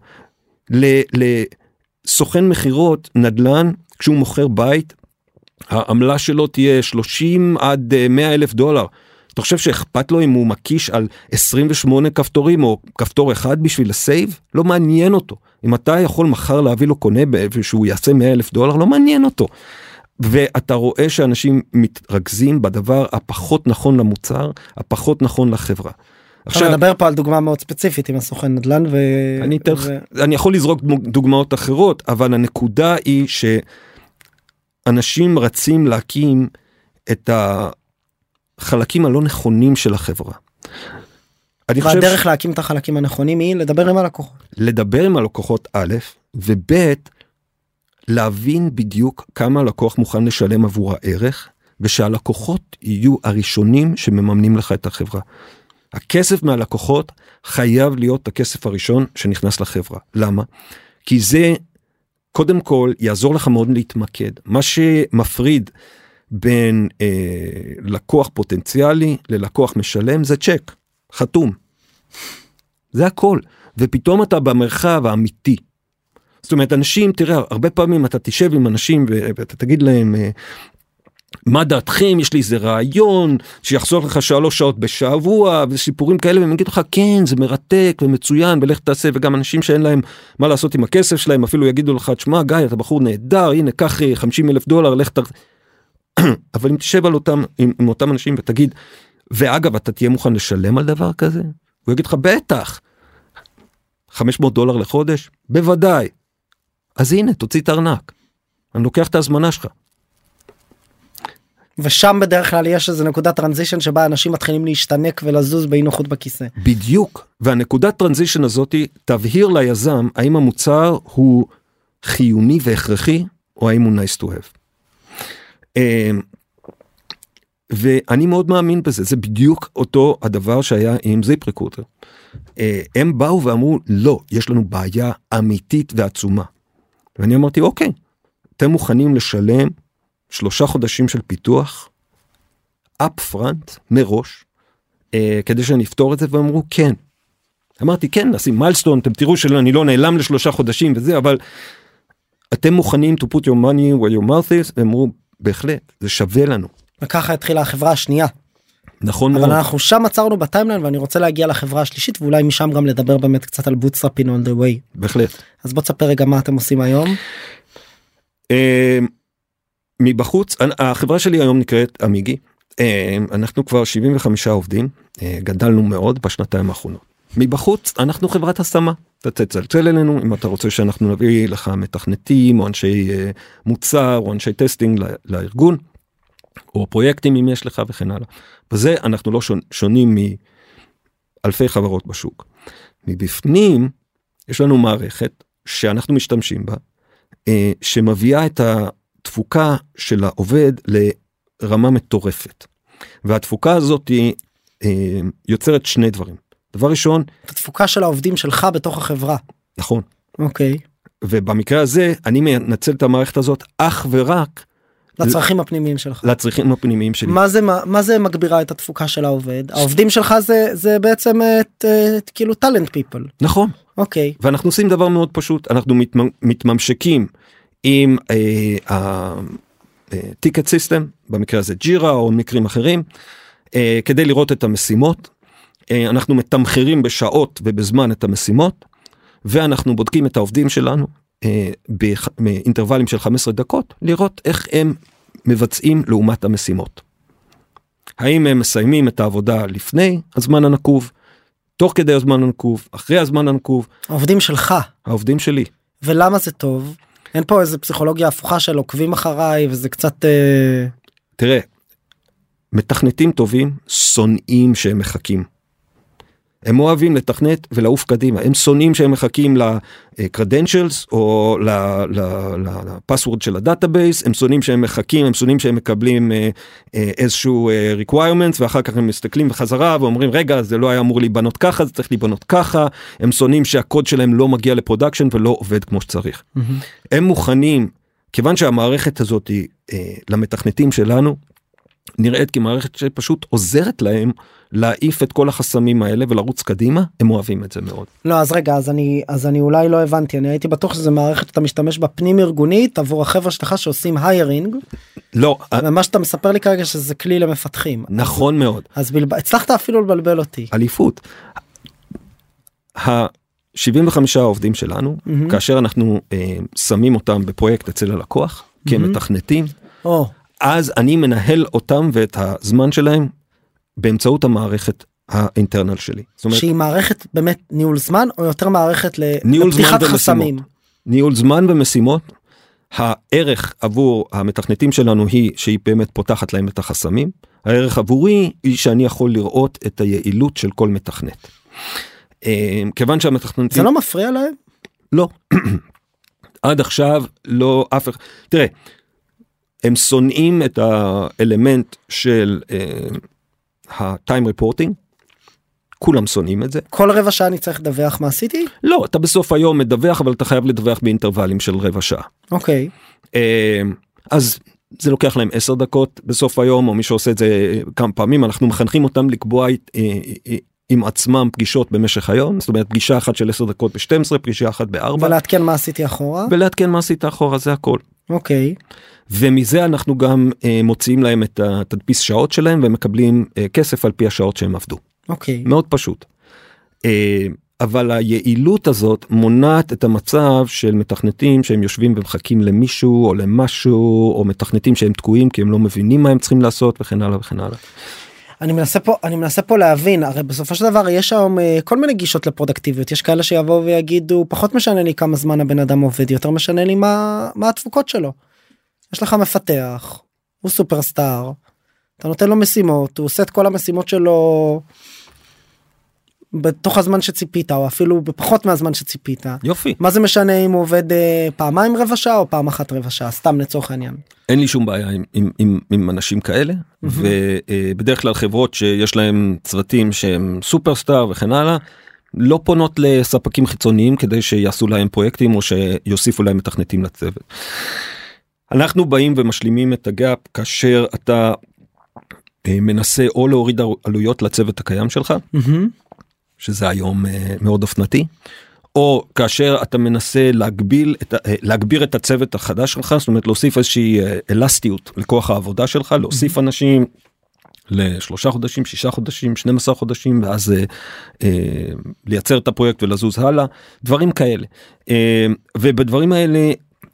Speaker 3: לסוכן מחירות נדל"ן, כשהוא מוכר בית, העמלה שלו תהיה שלושים עד מאה אלף דולר. אתה חושב שאכפת לו אם הוא מקיש על עשרים ושמונה כפתורים, או כפתור אחד בשביל הסייב? לא מעניין אותו. אם אתה יכול מחר להביא לו קונה, שהוא יעשה מאה אלף דולר, לא מעניין אותו. ואתה רואה שאנשים מתרכזים בדבר הפחות נכון למוצר, הפחות נכון לחברה.
Speaker 1: עכשיו נדבר פה על דוגמה מאוד ספציפית עם הסוכן נדל"ן ו...
Speaker 3: אני, תלך, ו... אני יכול לזרוק דוגמאות אחרות, אבל הנקודה היא שאנשים רצים להקים את החלקים הלא נכונים של החברה.
Speaker 1: והדרך להקים את החלקים הנכונים היא לדבר עם הלקוחות.
Speaker 3: לדבר עם הלקוחות א', וב', להבין בדיוק כמה הלקוח מוכן לשלם עבור הערך, ושהלקוחות יהיו הראשונים שמממנים לך את החברה. הכסף מהלקוחות חייב להיות הכסף הראשון שנכנס לחברה. למה? כי זה קודם כל יעזור לך מאוד להתמקד. מה שמפריד בין אה, לקוח פוטנציאלי ללקוח משלם זה צ'ק, חתום. זה הכל. ופתאום אתה במרחב האמיתי. זאת אומרת, אנשים, תראה, הרבה פעמים אתה תשב עם אנשים ואתה תגיד להם, מה דעתכם? יש לי איזה רעיון שיחזור לך שלוש שעות בשבוע וסיפורים כאלה, והם יגידו לך, כן, זה מרתק ומצוין, ולך תעשה, וגם אנשים שאין להם מה לעשות עם הכסף שלהם, אפילו יגידו לך, תשמע, גיא, אתה בחור נהדר, הנה, קח חמישים אלף דולר, לך תר... אבל אם תשב על אותם, עם, עם אותם אנשים ותגיד, ואגב, אתה תהיה מוכן לשלם על דבר כזה? הוא יגיד לך, בטח, חמש מאות דולר לחודש? בוודאי. אז הנה, תוציא את הארנק. אני לוקח את ההזמנה שלך.
Speaker 1: ושם בדרך כלל יש איזו נקודת טרנזישן שבה אנשים מתחילים להשתנק ולזוז באי נוחות בכיסא.
Speaker 3: בדיוק. והנקודת טרנזישן הזאת תבהיר ליזם האם המוצר הוא חיוני והכרחי, או האם הוא nice to have. ואני מאוד מאמין בזה. זה בדיוק אותו הדבר שהיה עם זיפ ריקרוטר. הם באו ואמרו, לא, יש לנו בעיה אמיתית ועצומה. ואני אמרתי, אוקיי, אתם מוכנים לשלם שלושה חודשים של פיתוח, up front, מראש, אה, כדי שאני אפתור את זה, ואמרו, כן. אמרתי, כן, נשים מיילסטון, אתם תראו שאני לא נעלם לשלושה חודשים וזה, אבל אתם מוכנים to put your money where your mouth is, ואמרו, בהחלט, זה שווה לנו.
Speaker 1: וככה התחילה החברה השנייה.
Speaker 3: נכון מאוד.
Speaker 1: אבל אנחנו שם עצרנו בטיימליין, ואני רוצה להגיע לחברה השלישית, ואולי משם גם לדבר באמת קצת על bootstrapping on the way.
Speaker 3: בהחלט.
Speaker 1: אז בוא תספר רגע מה אתם עושים היום.
Speaker 3: אה... מבחוץ, החברה שלי היום נקראת אמיגי, אנחנו כבר שבעים וחמישה עובדים, גדלנו מאוד בשנתיים האחרונות. מבחוץ אנחנו חברת השמה, אתה תצלצל אלינו אם אתה רוצה שאנחנו נביא לך מתכנתים או אנשי מוצר או אנשי טסטינג לארגון, או פרויקטים אם יש לך וכן הלאה. בזה אנחנו לא שונים מאלפי חברות בשוק. מבפנים יש לנו מערכת שאנחנו משתמשים בה, שמביאה את ה... תפוקה של העובד לרמה מטורפת. והתפוקה הזאת היא אה, יוצרת שני דברים. דבר ראשון,
Speaker 1: את התפוקה של העובדים שלך בתוך החברה.
Speaker 3: נכון.
Speaker 1: אוקיי.
Speaker 3: ובמקרה הזה, אני מנצל את המערכת הזאת אך ורק
Speaker 1: לצרכים הפנימיים שלך.
Speaker 3: לצרכים הפנימיים שלי.
Speaker 1: מה זה, מה, מה זה מגבירה את התפוקה של העובד? העובדים שלך זה, זה בעצם את, את, כאילו טלנט פיפל.
Speaker 3: נכון.
Speaker 1: אוקיי.
Speaker 3: ואנחנו עושים דבר מאוד פשוט, אנחנו מתממשקים עם הטיקט סיסטם, במקרה הזה ג'ירה או מקרים אחרים, כדי לראות את המשימות. אנחנו מתמחרים בשעות ובזמן את המשימות, ואנחנו בודקים את העובדים שלנו באינטרוולים של חמש עשרה דקות, לראות איך הם מבצעים לעומת המשימות. האם הם מסיימים את העבודה לפני הזמן הנקוב, תוך כדי הזמן הנקוב, אחרי הזמן הנקוב.
Speaker 1: העובדים שלך.
Speaker 3: העובדים שלי.
Speaker 1: ולמה זה טוב? אין פה איזה פסיכולוגיה הפוכה של עוקבים אחריי, וזה קצת... אה...
Speaker 3: תראה, מתכנתים טובים, שונאים שהם מחכים. הם אוהבים לתכנת ולעוף קדימה. הם שונאים שהם מחכים ל-credentials, או לפסוורד של הדאטאבייס, הם שונאים שהם מחכים, הם שונאים שהם מקבלים איזשהו requirements, ואחר כך הם מסתכלים בחזרה, ואומרים, רגע, זה לא היה אמור להיבנות ככה, זה צריך להיבנות ככה, הם שונאים שהקוד שלהם לא מגיע לפרודקשן, ולא עובד כמו שצריך. Mm-hmm. הם מוכנים, כיוון שהמערכת הזאת היא, למתכנתים שלנו, נראית כמערכת שפשוט עוזרת להם להעיף את כל החסמים האלה ולרוץ קדימה, הם אוהבים את זה מאוד.
Speaker 1: לא, אז רגע, אז אני, אז אני אולי לא הבנתי, אני הייתי בטוח שזה מערכת שאתה משתמש בפנים ארגונית עבור החבר'ה שלך שעושים היירינג.
Speaker 3: לא.
Speaker 1: ומה שאתה מספר לי כרגע שזה כלי למפתחים.
Speaker 3: נכון
Speaker 1: אז,
Speaker 3: מאוד.
Speaker 1: אז בלב... הצלחת אפילו לבלבל אותי.
Speaker 3: אליפות. ה-שבעים וחמישה העובדים שלנו, mm-hmm. כאשר אנחנו אה, שמים אותם בפרויקט אצל הלקוח, mm-hmm. כמתכנתים,
Speaker 1: או.
Speaker 3: אז אני מנהל אותם ואת הזמן שלהם באמצעות המערכת האינטרנל שלי.
Speaker 1: שהיא מערכת באמת ניהול זמן, או יותר מערכת לפתיחת חסמים?
Speaker 3: ניהול זמן ומשימות. הערך עבור המתכנתים שלנו היא שהיא באמת פותחת להם את החסמים, הערך עבורי היא שאני יכול לראות את היעילות של כל מתכנת. כיוון שהמתכנתים...
Speaker 1: זה לא מפריע להם?
Speaker 3: לא. עד עכשיו לא אף אחד... תראה, הם שונאים את האלמנט של ה-time reporting, כולם שונאים את זה.
Speaker 1: כל רבע שעה אני צריך לדווח מה עשיתי?
Speaker 3: לא, אתה בסוף היום מדווח, אבל אתה חייב לדווח באינטרוולים של רבע שעה.
Speaker 1: אוקיי.
Speaker 3: אז זה לוקח להם עשר דקות בסוף היום, או מי שעושה את זה כמה פעמים, אנחנו מחנכים אותם לקבוע עם עצמם פגישות במשך היום, זאת אומרת פגישה אחת של עשר דקות ב-שתים עשרה, פגישה אחת ב-ארבע.
Speaker 1: ולעדכן מה עשיתי אחורה?
Speaker 3: ולעדכן מה עשית אחורה, זה הכל.
Speaker 1: אוקיי.
Speaker 3: ומזה אנחנו גם מוציאים להם את התדפיס שעות שלהם, ומקבלים כסף על פי השעות שהם עבדו.
Speaker 1: אוקיי.
Speaker 3: מאוד פשוט. אבל היעילות הזאת מונעת את המצב של מתכנתים שהם יושבים ומחכים למישהו או למשהו, או מתכנתים שהם תקועים כי הם לא מבינים מה הם צריכים לעשות וכן הלאה וכן הלאה.
Speaker 1: אני מנסה פה, אני מנסה פה להבין, הרי בסופו של דבר יש שם כל מיני גישות לפרודקטיביות, יש כאלה שיבואו ויגידו, פחות משנה לי כמה זמן הבן אדם עובד, יותר משנה לי מה, מה התפוקות שלו. יש לך מפתח, הוא סופרסטאר, אתה נותן לו משימות, הוא עושה את כל המשימות שלו בתוך הזמן שציפית, או אפילו בפחות מהזמן שציפית.
Speaker 3: יופי.
Speaker 1: מה זה משנה אם הוא עובד אה, פעמיים רבע שעה, או פעם אחת רבע שעה, סתם לצורך העניין.
Speaker 3: אין לי שום בעיה עם, עם, עם, עם אנשים כאלה, mm-hmm. ובדרך כלל חברות שיש להם צוותים שהם סופרסטאר וכן הלאה, לא פונות לספקים חיצוניים כדי שיעשו להם פרויקטים, או שיוסיפו להם מתכנתים לצוות. אנחנו באים ומשלימים את הגאפ, כאשר אתה מנסה או להוריד עלויות לצוות הקיים שלך, mm-hmm. שזה היום מאוד אופנתי, או כאשר אתה מנסה להגביל את, להגביר את הצוות החדש שלך, זאת אומרת להוסיף איזושהי אלסטיות לכוח העבודה שלך, להוסיף אנשים לשלושה חודשים, שישה חודשים, שנים עשר חודשים, ואז אה, לייצר את הפרויקט ולזוז הלאה, דברים כאלה. אה, ובדברים האלה,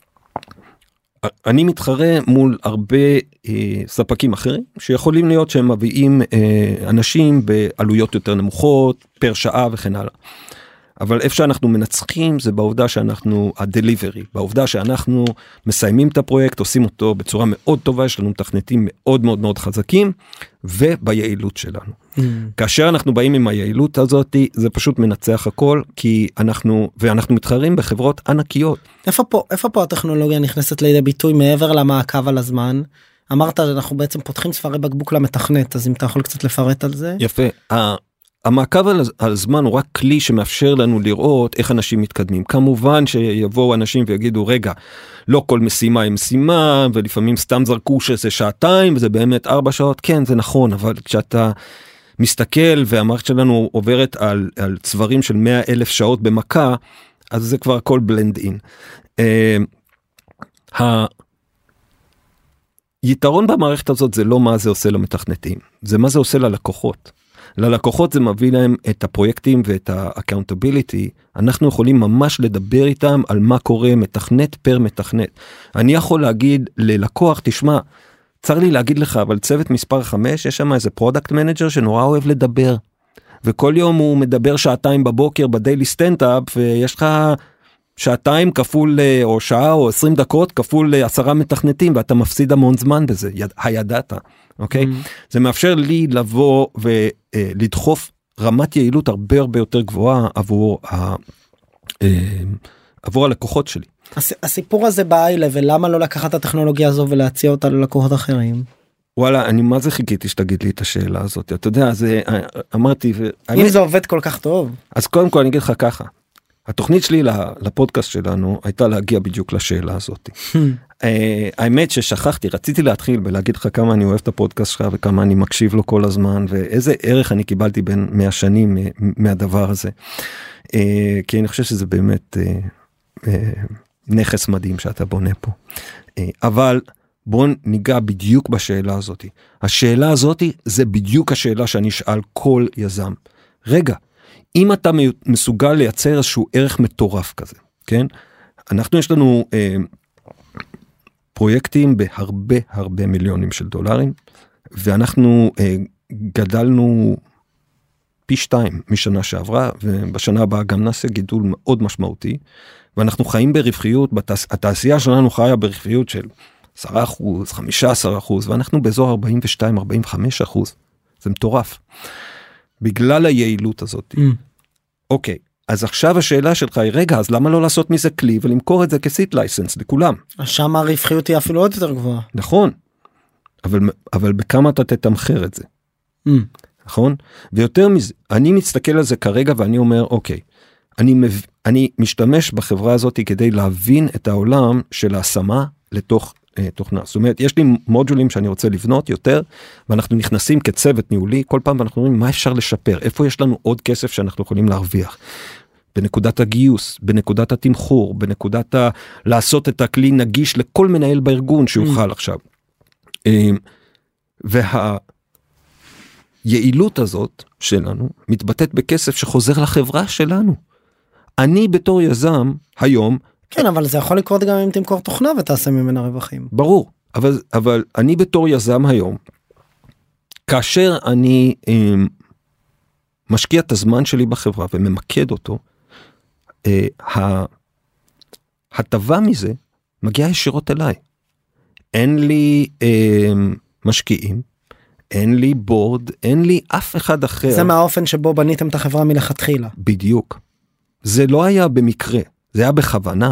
Speaker 3: אני מתחרה מול הרבה אה, ספקים אחרים, שיכולים להיות שהם מביאים אה, אנשים בעלויות יותר נמוכות, פר שעה וכן הלאה. אבל איפה שאנחנו מנצחים זה בעובדה שאנחנו, הדליברי, בעובדה שאנחנו מסיימים את הפרויקט, עושים אותו בצורה מאוד טובה, יש לנו מתכנתים מאוד מאוד מאוד חזקים, וביעילות שלנו. Mm. כאשר אנחנו באים עם היעילות הזאת, זה פשוט מנצח הכל, כי אנחנו, ואנחנו מתחרים בחברות ענקיות.
Speaker 1: איפה פה, איפה פה הטכנולוגיה נכנסת לידי ביטוי מעבר למעקב על הזמן? אמרת, אנחנו בעצם פותחים צווארי בקבוק למתכנת, אז אם אתה יכול קצת לפרט על זה?
Speaker 3: יפה. המעקב על הזמן הוא רק כלי שמאפשר לנו לראות איך אנשים מתקדמים. כמובן שיבואו אנשים ויגידו, רגע, לא כל משימה היא משימה, ולפעמים סתם זרקו שזה שעתיים, וזה באמת ארבע שעות, כן, זה נכון, אבל כשאתה מסתכל, והמערכת שלנו עוברת על, על צברים של מאה אלף שעות במכה, אז זה כבר הכל בלנד אין. היתרון במערכת הזאת זה לא מה זה עושה למתכנתים, זה מה זה עושה ללקוחות. ללקוחות זה מביא להם את הפרויקטים ואת ה-accountability, אנחנו יכולים ממש לדבר איתם על מה קורה מתכנת פר מתכנת. אני יכול להגיד ללקוח, תשמע, צר לי להגיד לך, אבל צוות מספר חמש, יש שם איזה פרודקט מנג'ר שנורא אוהב לדבר, וכל יום הוא מדבר שעתיים בבוקר בדיילי סטנדאפ, ויש לך שעתיים כפול, או שעה או עשרים דקות כפול עשרה מתכנתים, ואתה מפסיד המון זמן בזה, הידעת. אוקיי? Mm-hmm. זה מאפשר לי לבוא ולדחוף רמת יעילות הרבה הרבה יותר גבוהה עבור, ה, עבור הלקוחות שלי.
Speaker 1: הסיפור הזה ב-iLevel, ולמה לא לקחת את הטכנולוגיה הזו ולהציע אותה ללקוחות אחרים?
Speaker 3: וואלה, אני מה זה חיכיתי שתגיד לי את השאלה הזאת. אתה יודע, זה, אמרתי...
Speaker 1: אם
Speaker 3: אני, זה
Speaker 1: עובד כל כך טוב.
Speaker 3: אז קודם כל אני אגיד לך ככה, התוכנית שלי לפודקאסט שלנו הייתה להגיע בדיוק לשאלה הזאת. האמת ששכחתי, רציתי להתחיל ולהגיד לך כמה אני אוהב את הפודקאסט שלך וכמה אני מקשיב לו כל הזמן ואיזה ערך אני קיבלתי בין מאה שנים מהדבר הזה. כי אני חושב שזה באמת נכס מדהים שאתה בונה פה. אבל בואו ניגע בדיוק בשאלה הזאת. השאלה הזאת זה בדיוק השאלה שאני אשאל כל יזם. רגע, אם אתה מסוגל לייצר איזשהו ערך מטורף כזה, כן? אנחנו יש לנו אה, פרויקטים בהרבה הרבה מיליונים של דולרים, ואנחנו אה, גדלנו פי שתיים משנה שעברה, ובשנה הבאה גם נעשה גידול מאוד משמעותי, ואנחנו חיים ברווחיות, בתעש... התעשייה שלנו חיה ברווחיות של עשרה אחוז, חמישה עשר אחוז, ואנחנו באזור ארבעים ושתיים ארבעים וחמישה אחוז. זה מטורף. בגלל היעילות הזאת. Mm. אוקיי, אז עכשיו השאלה שלך היא, רגע, אז למה לא לעשות מזה כלי, ולמכור את זה כסיט לייסנס לכולם?
Speaker 1: שם הרווחיות היא אפילו עוד יותר גבוהה.
Speaker 3: נכון. אבל, אבל בכמה אתה תתמחר את זה? Mm. נכון? ויותר מזה, אני מסתכל על זה כרגע, ואני אומר, אוקיי, אני, מב... אני משתמש בחברה הזאת כדי להבין את העולם של ההשמה לתוך אה, תוכנה. זאת אומרת, יש לי מודולים שאני רוצה לבנות יותר, ואנחנו נכנסים כצוות ניהולי, כל פעם ואנחנו אומרים, מה אפשר לשפר? איפה יש לנו עוד כסף שאנחנו יכולים להרוויח? בנקודת הגיוס, בנקודת התמחור, בנקודת ה... לעשות את הכלי נגיש לכל מנהל בארגון שיוכל mm. עכשיו. אה, וה... יעילות הזאת שלנו מתבטאת בכסף שחוזר לחברה שלנו. אני בתור יזם היום...
Speaker 1: כן, אבל זה יכול לקרות גם אם תמכור תוכנה ותעשה ממנה רווחים.
Speaker 3: ברור, אבל, אבל אני בתור יזם היום, כאשר אני אה, משקיע את הזמן שלי בחברה וממקד אותו, אה, הטבה מזה מגיעה ישירות אליי. אין לי אה, משקיעים, אין לי בורד, אין לי אף אחד אחר.
Speaker 1: זה מהאופן שבו בניתם את החברה מלכתחילה.
Speaker 3: בדיוק. זה לא היה במקרה, זה היה בכוונה.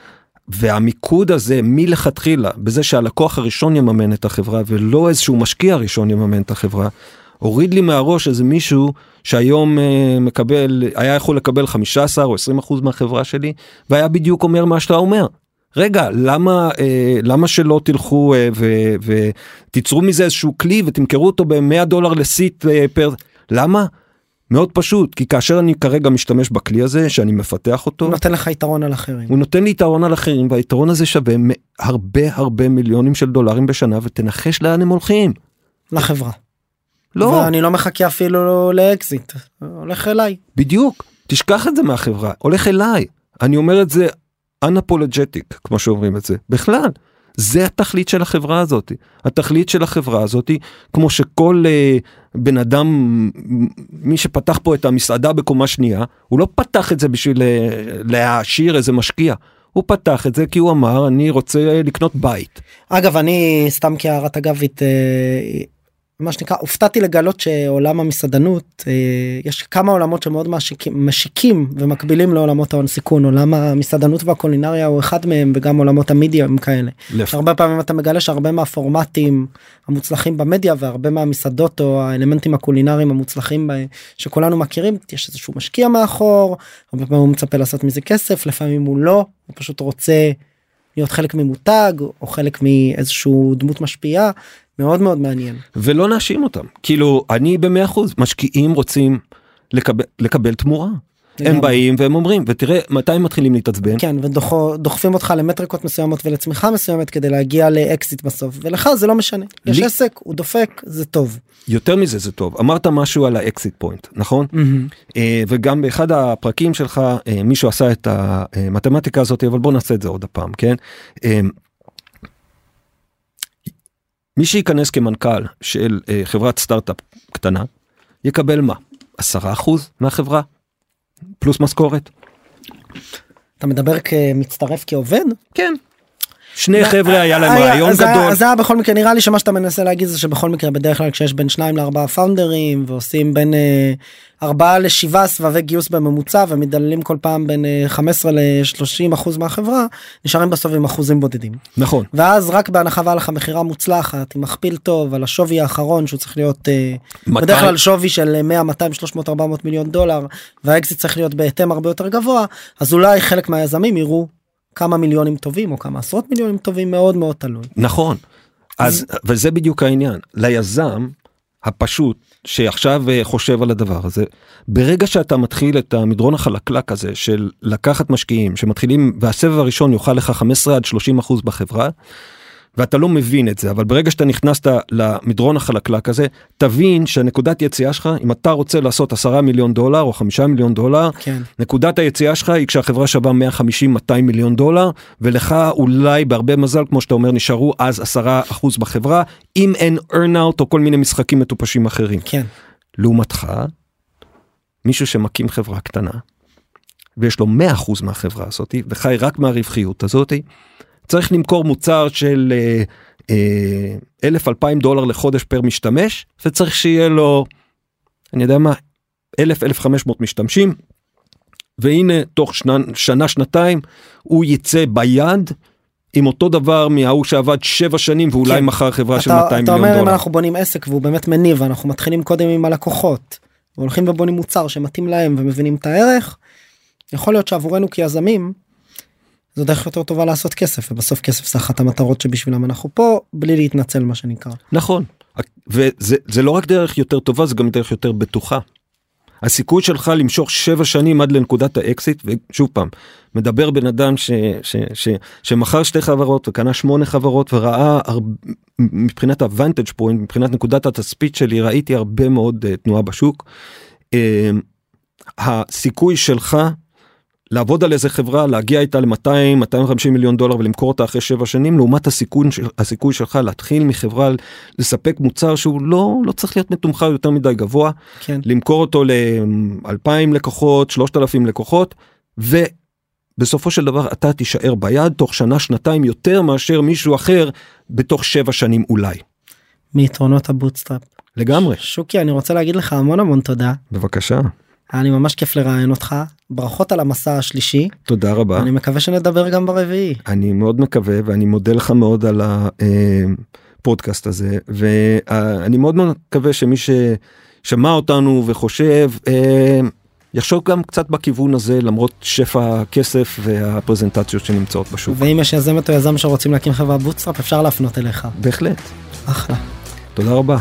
Speaker 3: והמיקוד הזה מלכתחילה, בזה שהלקוח הראשון יממן את החברה, ולא איזשהו משקיע הראשון יממן את החברה, הוריד לי מהראש איזה מישהו שהיום אה, מקבל, היה יכול לקבל חמישה עשר או עשרים אחוז מהחברה שלי, והיה בדיוק אומר מה שאתה אומר. רגע, למה, אה, למה שלא תלכו אה, ו, ותיצרו מזה איזשהו כלי ותמכרו אותו ב-מאה דולר לסיט אה, פר... למה? מאוד פשוט, כי כאשר אני כרגע משתמש בכלי הזה, שאני מפתח אותו...
Speaker 1: הוא נותן לך יתרון על אחרים.
Speaker 3: הוא נותן לי יתרון על אחרים, והיתרון הזה שווה הרבה הרבה מיליונים של דולרים בשנה, ותנחש לאן הם הולכים.
Speaker 1: לחברה.
Speaker 3: לא.
Speaker 1: ואני לא מחכה אפילו לאקזיט. הולך אליי.
Speaker 3: בדיוק. תשכח את זה מהחברה. הולך אליי. אני אומר את זה... unapologetic, כמו שאומרים את זה, בכלל, זה התכלית של החברה הזאת, התכלית של החברה הזאת, כמו שכל אה, בן אדם, מי שפתח פה את המסעדה בקומה שנייה, הוא לא פתח את זה בשביל אה, להשאיר איזה משקיע, הוא פתח את זה כי הוא אמר, אני רוצה לקנות בית.
Speaker 1: אגב, אני סתם כהערת אגבית, אה, מה שנקרא, הופתעתי לגלות שעולם המסעדנות, יש כמה עולמות שמאוד משיקים, משיקים ומקבילים לעולמות ההון סיכון. עולם המסעדנות והקולינריה הוא אחד מהם, וגם עולמות המדיה הם כאלה. הרבה פעמים אתה מגלה שהרבה מהפורמטים המוצלחים במדיה, והרבה מהמסעדות או האלמנטים הקולינריים המוצלחים שכולנו מכירים, יש איזשהו משקיע מאחור, הרבה פעמים הוא מצפה לעשות מזה כסף, לפעמים הוא לא, הוא פשוט רוצה להיות חלק ממותג, או חלק מאיזשהו דמות משפיעה, מאוד מאוד מעניין.
Speaker 3: ולא נאשים אותם. כאילו, אני במאה אחוז, משקיעים רוצים לקבל, לקבל תמורה. הם באים והם אומרים, ותראה, מתי הם מתחילים להתעצבן?
Speaker 1: כן, ודוחפים אותך למטריקות מסוימות ולצמיחה מסוימת כדי להגיע לאקזיט בסוף. ולך זה לא משנה. יש לי... עסק, הוא דופק, זה טוב.
Speaker 3: יותר מזה זה טוב. אמרת משהו על האקזיט פוינט, נכון? Mm-hmm. וגם באחד הפרקים שלך, מישהו עשה את המתמטיקה הזאת, אבל בוא נעשה את זה עוד הפעם, כן? מי שייכנס כמנכ"ל של אה, חברת סטארט-אפ קטנה, יקבל מה? עשרה אחוז מהחברה? פלוס משכורת?
Speaker 1: אתה מדבר כמצטרף כעובד?
Speaker 3: כן. שני חבר'ה היה להם רעיון גדול.
Speaker 1: אז זה היה בכל מקרה, נראה לי שמה שאתה מנסה להגיד זה שבכל מקרה בדרך כלל כשיש בין שניים לארבעה פאונדרים, ועושים בין ארבעה לשבעה סבבי גיוס בממוצע, ומדללים כל פעם בין חמש עשרה ל-שלושים אחוז מהחברה, נשארים בסוף עם אחוזים בודדים.
Speaker 3: נכון.
Speaker 1: ואז רק בהנחה ועל לך מחירה מוצלחת, עם מכפיל טוב, על השווי האחרון, שהוא צריך להיות בדרך כלל שווי של מאה, מאתיים, שלוש מאות, ארבע מאות מיליון דולר, והאקזיט צריך להיות בהתאם הרבה יותר גבוה, אז אולי חלק מהיזמים יראו כמה מיליונים טובים, או כמה עשרות מיליונים טובים, מאוד מאוד תלוי.
Speaker 3: נכון. אז, וזה בדיוק העניין. ליזם הפשוט, שעכשיו חושב על הדבר הזה, ברגע שאתה מתחיל את המדרון החלקלק הזה, של לקחת משקיעים, שמתחילים, והסבב הראשון יוכל לך חמש עשרה עד שלושים אחוז בחברה, ואתה לא מבין את זה, אבל ברגע שאתה נכנסת למדרון החלקלק הזה, תבין שהנקודת יציאה שלך, אם אתה רוצה לעשות עשרה מיליון דולר או חמישה מיליון דולר,
Speaker 1: כן.
Speaker 3: נקודת היציאה שלך היא כשהחברה שווה מאה וחמישים מאתיים מיליון דולר, ולך אולי בהרבה מזל, כמו שאתה אומר, נשארו אז עשרה אחוז בחברה, אם אין earn out או כל מיני משחקים מטופשים אחרים.
Speaker 1: כן.
Speaker 3: לעומתך, מישהו שמקים חברה קטנה, ויש לו מאה אחוז מהחברה הזאת, וחי רק מהרווחיות הזאת, צריך למכור מוצר של אלף אלפיים דולר לחודש פר משתמש, וצריך שיהיה לו, אני יודע מה, אלף אלף וחמש מאות משתמשים, והנה תוך שנה, שנה שנתיים, הוא יצא ביד, עם אותו דבר מההוא שעבד שבע שנים, ואולי כן. מחר חברה אתה, של מאתיים מיליון דולר.
Speaker 1: אתה אומר אם אנחנו בונים עסק, והוא באמת מניב, ואנחנו מתחילים קודם עם הלקוחות, והולכים ובונים מוצר שמתאים להם, ומבינים את הערך, יכול להיות שעבורנו כיזמים, זו דרך יותר טובה לעשות כסף, ובסוף כסף זה אחת המטרות שבשבילם אנחנו פה, בלי להתנצל מה שנקרא.
Speaker 3: נכון, וזה זה לא רק דרך יותר טובה, זה גם דרך יותר בטוחה. הסיכוי שלך למשוך שבע שנים עד לנקודת האקסיט, ושוב פעם, מדבר בן אדם ש, ש, ש, שמחר שתי חברות וקנה שמונה חברות, וראה מבחינת הוונטג' פוינט, מבחינת נקודת התצפית שלי, ראיתי הרבה מאוד uh, תנועה בשוק. Uh, הסיכוי שלך לעבוד על איזה חברה, להגיע איתה ל-מאתיים עד מאתיים וחמישים מיליון דולר ולמכור אותה אחרי שבע שנים, לעומת הסיכוי, הסיכוי שלך להתחיל מחברה לספק מוצר שהוא לא, לא צריך להיות מתומחר יותר מדי גבוה,
Speaker 1: כן.
Speaker 3: למכור אותו ל-אלפיים לקוחות, שלושת אלפים לקוחות, ובסופו של דבר אתה תישאר ביד תוך שנה, שנתיים יותר מאשר מישהו אחר בתוך שבע שנים אולי.
Speaker 1: מיתרונות הבוטסטראפ.
Speaker 3: לגמרי.
Speaker 1: שוקי, אני רוצה להגיד לך המון המון תודה.
Speaker 3: בבקשה.
Speaker 1: אני ממש כיף לראיין אותך, ברכות על המסע השלישי.
Speaker 3: תודה רבה.
Speaker 1: אני מקווה שנדבר גם ברביעי.
Speaker 3: אני מאוד מקווה, ואני מודה לך מאוד על הפודקאסט הזה, ואני מאוד מקווה שמי ששמע אותנו וחושב, יחשוב גם קצת בכיוון הזה, למרות שפע הכסף והפרזנטציות שנמצאות בשוק.
Speaker 1: ואם יש יזמת או יזם שרוצים להקים חברה בוטסטראפ, אפשר להפנות אליך.
Speaker 3: בהחלט.
Speaker 1: אחלה.
Speaker 3: תודה רבה.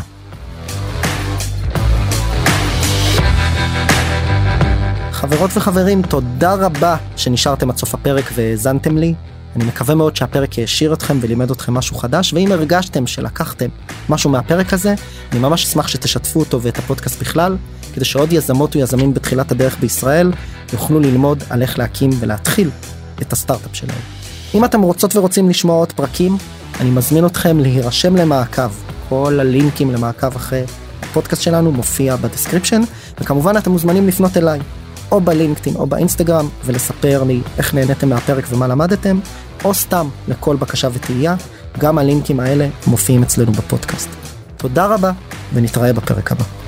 Speaker 1: חברות וחברים, תודה רבה שנשארתם עד סוף הפרק והאזנתם לי. אני מקווה מאוד שהפרק ישיר אתכם ולימד אתכם משהו חדש, ואם הרגשתם שלקחתם משהו מהפרק הזה, אני ממש אשמח שתשתפו אותו ואת הפודקאסט בכלל, כדי שעוד יזמות ויזמים בתחילת הדרך בישראל יוכלו ללמוד על איך להקים ולהתחיל את הסטארט-אפ שלהם. אם אתם רוצות ורוצים לשמוע עוד פרקים, אני מזמין אתכם להירשם למעקב. כל הלינקים למעקב אחרי הפודקאסט שלנו מופיע בדסקריפשן, וכמובן אתם מוזמנים לפנות אליי. או בלינקדאין או באינסטגרם, ולספר לי איך נהניתם מהפרק ומה למדתם, או סתם לכל בקשה ותהייה, גם הלינקים האלה מופיעים אצלנו בפודקאסט. תודה רבה, ונתראה בפרק הבא.